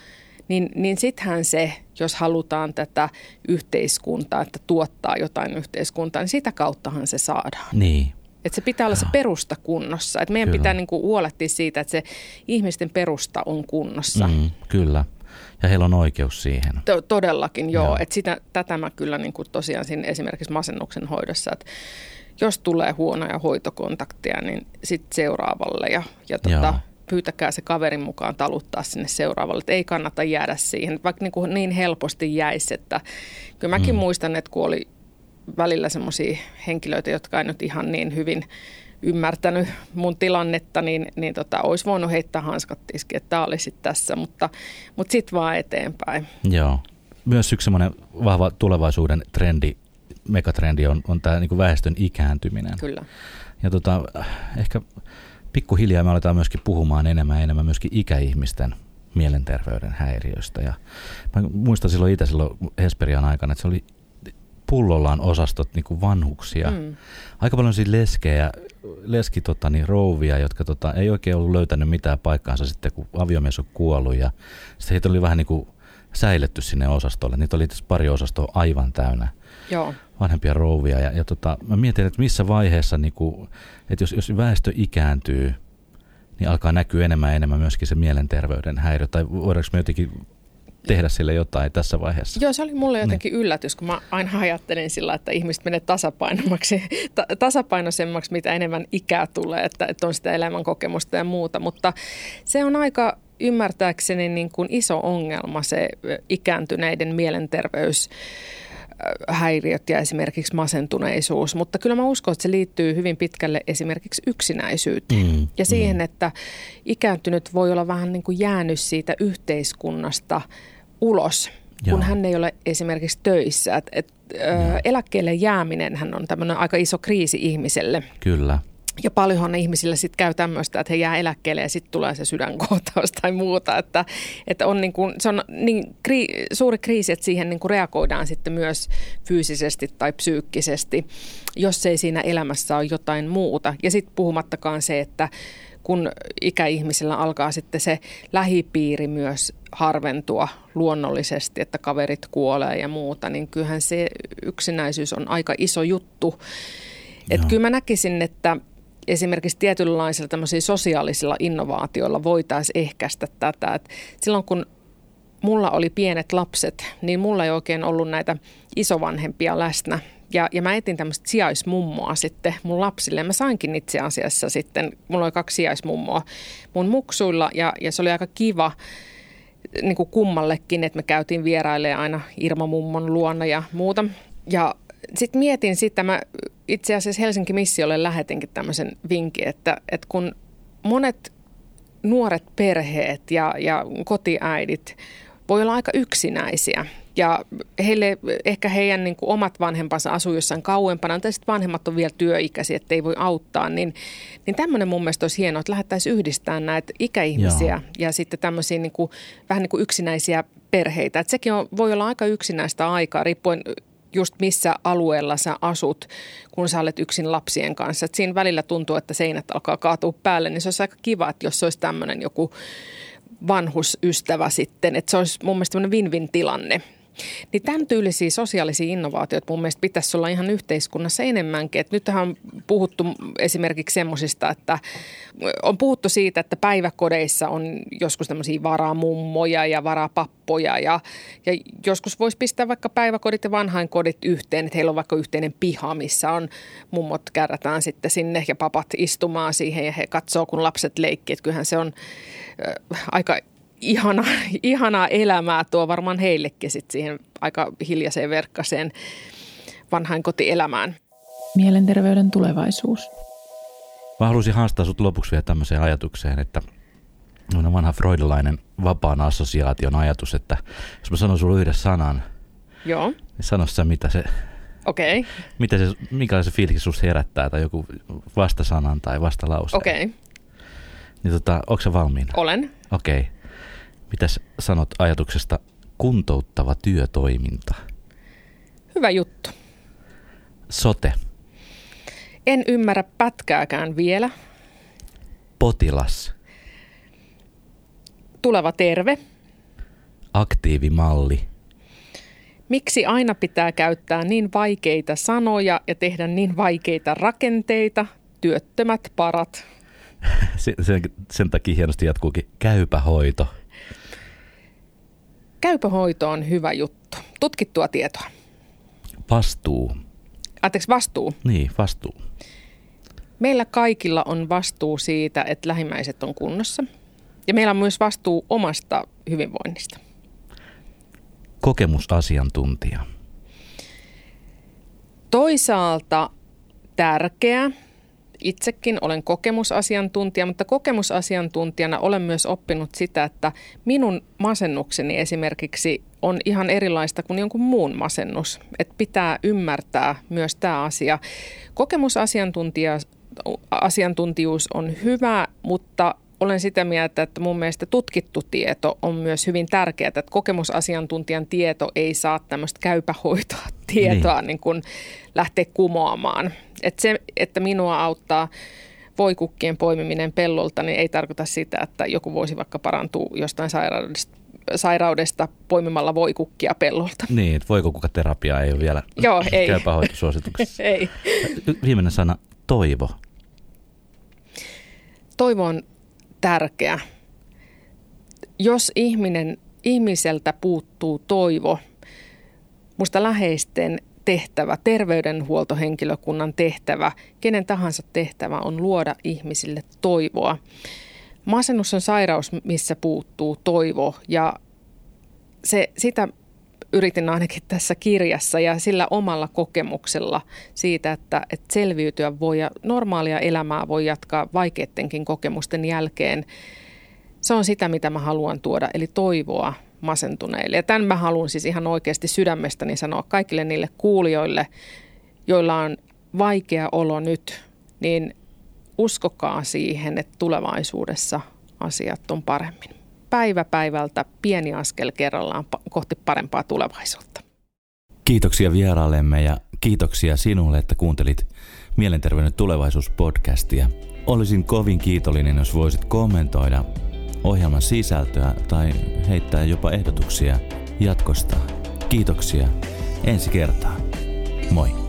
niin sittenhän se, jos halutaan tätä yhteiskuntaa, että tuottaa jotain yhteiskuntaa, niin sitä kauttahan se saadaan. Niin. Että se pitää olla se perusta kunnossa. Että meidän pitää niin kuin huolehtia siitä, että se ihmisten perusta on kunnossa. Kyllä. Ja heillä on oikeus siihen. Todellakin, joo. Että tätä mä kyllä niin kuin tosiaan siinä esimerkiksi masennuksen hoidossa, että jos tulee huonoja hoitokontakteja, niin sitten seuraavalle ja pyytäkää se kaverin mukaan taluttaa sinne seuraavalle. Että ei kannata jäädä siihen, vaikka niin helposti jäisi. Että kyllä mäkin muistan, että kun oli välillä semmoisia henkilöitä, jotka ei nyt ihan niin hyvin ymmärtänyt mun tilannetta, niin olisi voinut heittää hanskat tiskiin, että tämä oli sitten tässä, mutta sitten vaan eteenpäin. Joo. Myös yksi semmoinen vahva tulevaisuuden trendi, megatrendi on tämä niin väestön ikääntyminen. Kyllä. Ja ehkä pikkuhiljaa me aletaan myöskin puhumaan enemmän myöskin ikäihmisten mielenterveyden häiriöistä. Ja mä muistan silloin Hesperian aikana, että se oli pullollaan osastot niin kuin vanhuksia. Aika paljon siinä rouvia, jotka ei oikein ollut löytänyt mitään paikkaansa sitten, kun aviomies on kuollut. Ja sitten heitä oli vähän niin kuin säiletty sinne osastolle. Niitä oli tässä pari osastoa aivan täynnä. Joo. Vanhempia rouvia. Ja mä mietin, että missä vaiheessa, niin kuin, että jos väestö ikääntyy, niin alkaa näkyä enemmän myöskin se mielenterveyden häiriö. Tai voidaanko me jotenkin tehdä sille jotain tässä vaiheessa? Joo, se oli mulle jotenkin yllätys, kun mä aina ajattelin sillä, että ihmiset menee tasapainoisemmaksi, mitä enemmän ikää tulee, että on sitä elämänkokemusta ja muuta. Mutta se on aika ymmärtääkseni niin kuin iso ongelma, se ikääntyneiden mielenterveyshäiriöt ja esimerkiksi masentuneisuus. Mutta kyllä mä uskon, että se liittyy hyvin pitkälle esimerkiksi yksinäisyyteen ja siihen, että ikääntynyt voi olla vähän niin kuin jäänyt siitä yhteiskunnasta ulos, kun hän ei ole esimerkiksi töissä. Eläkkeelle jääminenhän on tämmöinen aika iso kriisi ihmiselle. Kyllä. Ja paljonhan ihmisillä sitten käy tämmöistä, että he jää eläkkeelle ja sitten tulee se sydänkohtaus tai muuta. Että on niin kuin, se on niin suuri kriisi, että siihen niin kuin reagoidaan sitten myös fyysisesti tai psyykkisesti, jos ei siinä elämässä ole jotain muuta. Ja sitten puhumattakaan se, että kun ikäihmisillä alkaa sitten se lähipiiri myös harventua luonnollisesti, että kaverit kuolee ja muuta, niin kyllähän se yksinäisyys on aika iso juttu. Että kyllä mä näkisin, että esimerkiksi tietynlaisilla tämmöisillä sosiaalisilla innovaatioilla voitaisiin ehkäistä tätä. Et silloin kun mulla oli pienet lapset, niin mulla ei oikein ollut näitä isovanhempia läsnä. Ja mä etin tämmöistä sijaismummoa sitten mun lapsille. Mä sainkin itse asiassa sitten, mulla oli 2 sijaismummoa mun muksuilla ja se oli aika kiva niin kuin kummallekin, että me käytiin vierailemaan aina Irma-mummon luona ja muuta. Ja sitten mietin sitä, mä itse asiassa Helsinki Missiolle lähetinkin tämmöisen vinkin, että kun monet nuoret perheet ja kotiäidit voi olla aika yksinäisiä ja heille ehkä heidän niin kuin omat vanhempansa asuu jossain kauempana tai sitten vanhemmat on vielä työikäisiä, että ei voi auttaa, niin tämmöinen mun mielestä olisi hienoa, että lähdettäisiin yhdistämään näitä ikäihmisiä ja sitten tämmöisiä niin kuin, vähän niin kuin yksinäisiä perheitä. Että sekin voi olla aika yksinäistä aikaa riippuen just missä alueella sä asut, kun sä olet yksin lapsien kanssa. Et siinä välillä tuntuu, että seinät alkaa kaatua päälle, niin se olisi aika kiva, että jos se olisi tämmöinen joku vanhusystävä sitten, että se olisi mun mielestä tämmöinen win-win tilanne. Niin tämän tyylisiä sosiaalisia innovaatioita mun mielestä pitäisi olla ihan yhteiskunnassa enemmänkin. Et nythän on puhuttu esimerkiksi semmoisista, että on puhuttu siitä, että päiväkodeissa on joskus tämmöisiä varamummoja ja varapappoja ja joskus voisi pistää vaikka päiväkodit ja vanhainkodit yhteen, että heillä on vaikka yhteinen piha, missä on mummot kärrätään sitten sinne ja papat istumaan siihen ja he katsoo, kun lapset leikkii. Että kyllähän se on aika ihanaa elämää, tuo varmaan heillekin sit siihen aika hiljaiseen verkkaseen vanhainkotielämään. Mielenterveyden tulevaisuus. Mä haluaisin haastaa sut lopuksi vielä tämmöiseen ajatukseen, että on vanha freudilainen vapaan assosiaation ajatus, että jos mä sanon sulle yhden sanan, joo, niin sano sä mitä se, okei, minkälaisen fiiliksi susta herättää tai joku vastasanan tai vastalauseen. Okei. Niin onko sä valmiina? Olen. Okei. Mitäs sanot ajatuksesta kuntouttava työtoiminta? Hyvä juttu. Sote. En ymmärrä pätkääkään vielä. Potilas. Tuleva terve. Aktiivimalli. Miksi aina pitää käyttää niin vaikeita sanoja ja tehdä niin vaikeita rakenteita? Työttömät parat. Sen takia hienosti jatkuukin käypä hoito. Käypä hoito on hyvä juttu. Tutkittua tietoa. Vastuu. Vastuu. Niin, vastuu. Meillä kaikilla on vastuu siitä, että lähimmäiset on kunnossa. Ja meillä on myös vastuu omasta hyvinvoinnista. Kokemusasiantuntija. Toisaalta tärkeä. Itsekin olen kokemusasiantuntija, mutta kokemusasiantuntijana olen myös oppinut sitä, että minun masennukseni esimerkiksi on ihan erilaista kuin jonkun muun masennus. Että pitää ymmärtää myös tämä asia. Kokemusasiantuntijuus on hyvä, mutta olen sitä mieltä, että mun mielestä tutkittu tieto on myös hyvin tärkeää, että kokemusasiantuntijan tieto ei saa tämmöistä käypähoitoa tietoa niin kuin lähteä kumoamaan. Että se, että minua auttaa voikukkien poimiminen pellolta, niin ei tarkoita sitä, että joku voisi vaikka parantua jostain sairaudesta poimimalla voikukkia pellolta. Niin, että voikukkaterapia ei ole vielä käypähoitosuosituksessa. Ei. Viimeinen sana, toivo. Toivo on tärkeä. Jos ihmiseltä puuttuu toivo, musta läheisten tehtävä, terveydenhuoltohenkilökunnan tehtävä, kenen tahansa tehtävä on luoda ihmisille toivoa. Masennus on sairaus, missä puuttuu toivo ja sitä yritin ainakin tässä kirjassa ja sillä omalla kokemuksella siitä, että selviytyä voi ja normaalia elämää voi jatkaa vaikeittenkin kokemusten jälkeen. Se on sitä, mitä mä haluan tuoda, eli toivoa masentuneille. Ja tämän mä haluan siis ihan oikeasti sydämestäni sanoa kaikille niille kuulijoille, joilla on vaikea olo nyt, niin uskokaa siihen, että tulevaisuudessa asiat on paremmin. Päivä päivältä, pieni askel kerrallaan kohti parempaa tulevaisuutta. Kiitoksia vieraallemme ja kiitoksia sinulle, että kuuntelit Mielenterveyden tulevaisuus-podcastia. Olisin kovin kiitollinen, jos voisit kommentoida ohjelman sisältöä tai heittää jopa ehdotuksia jatkosta. Kiitoksia. Ensi kertaa. Moi.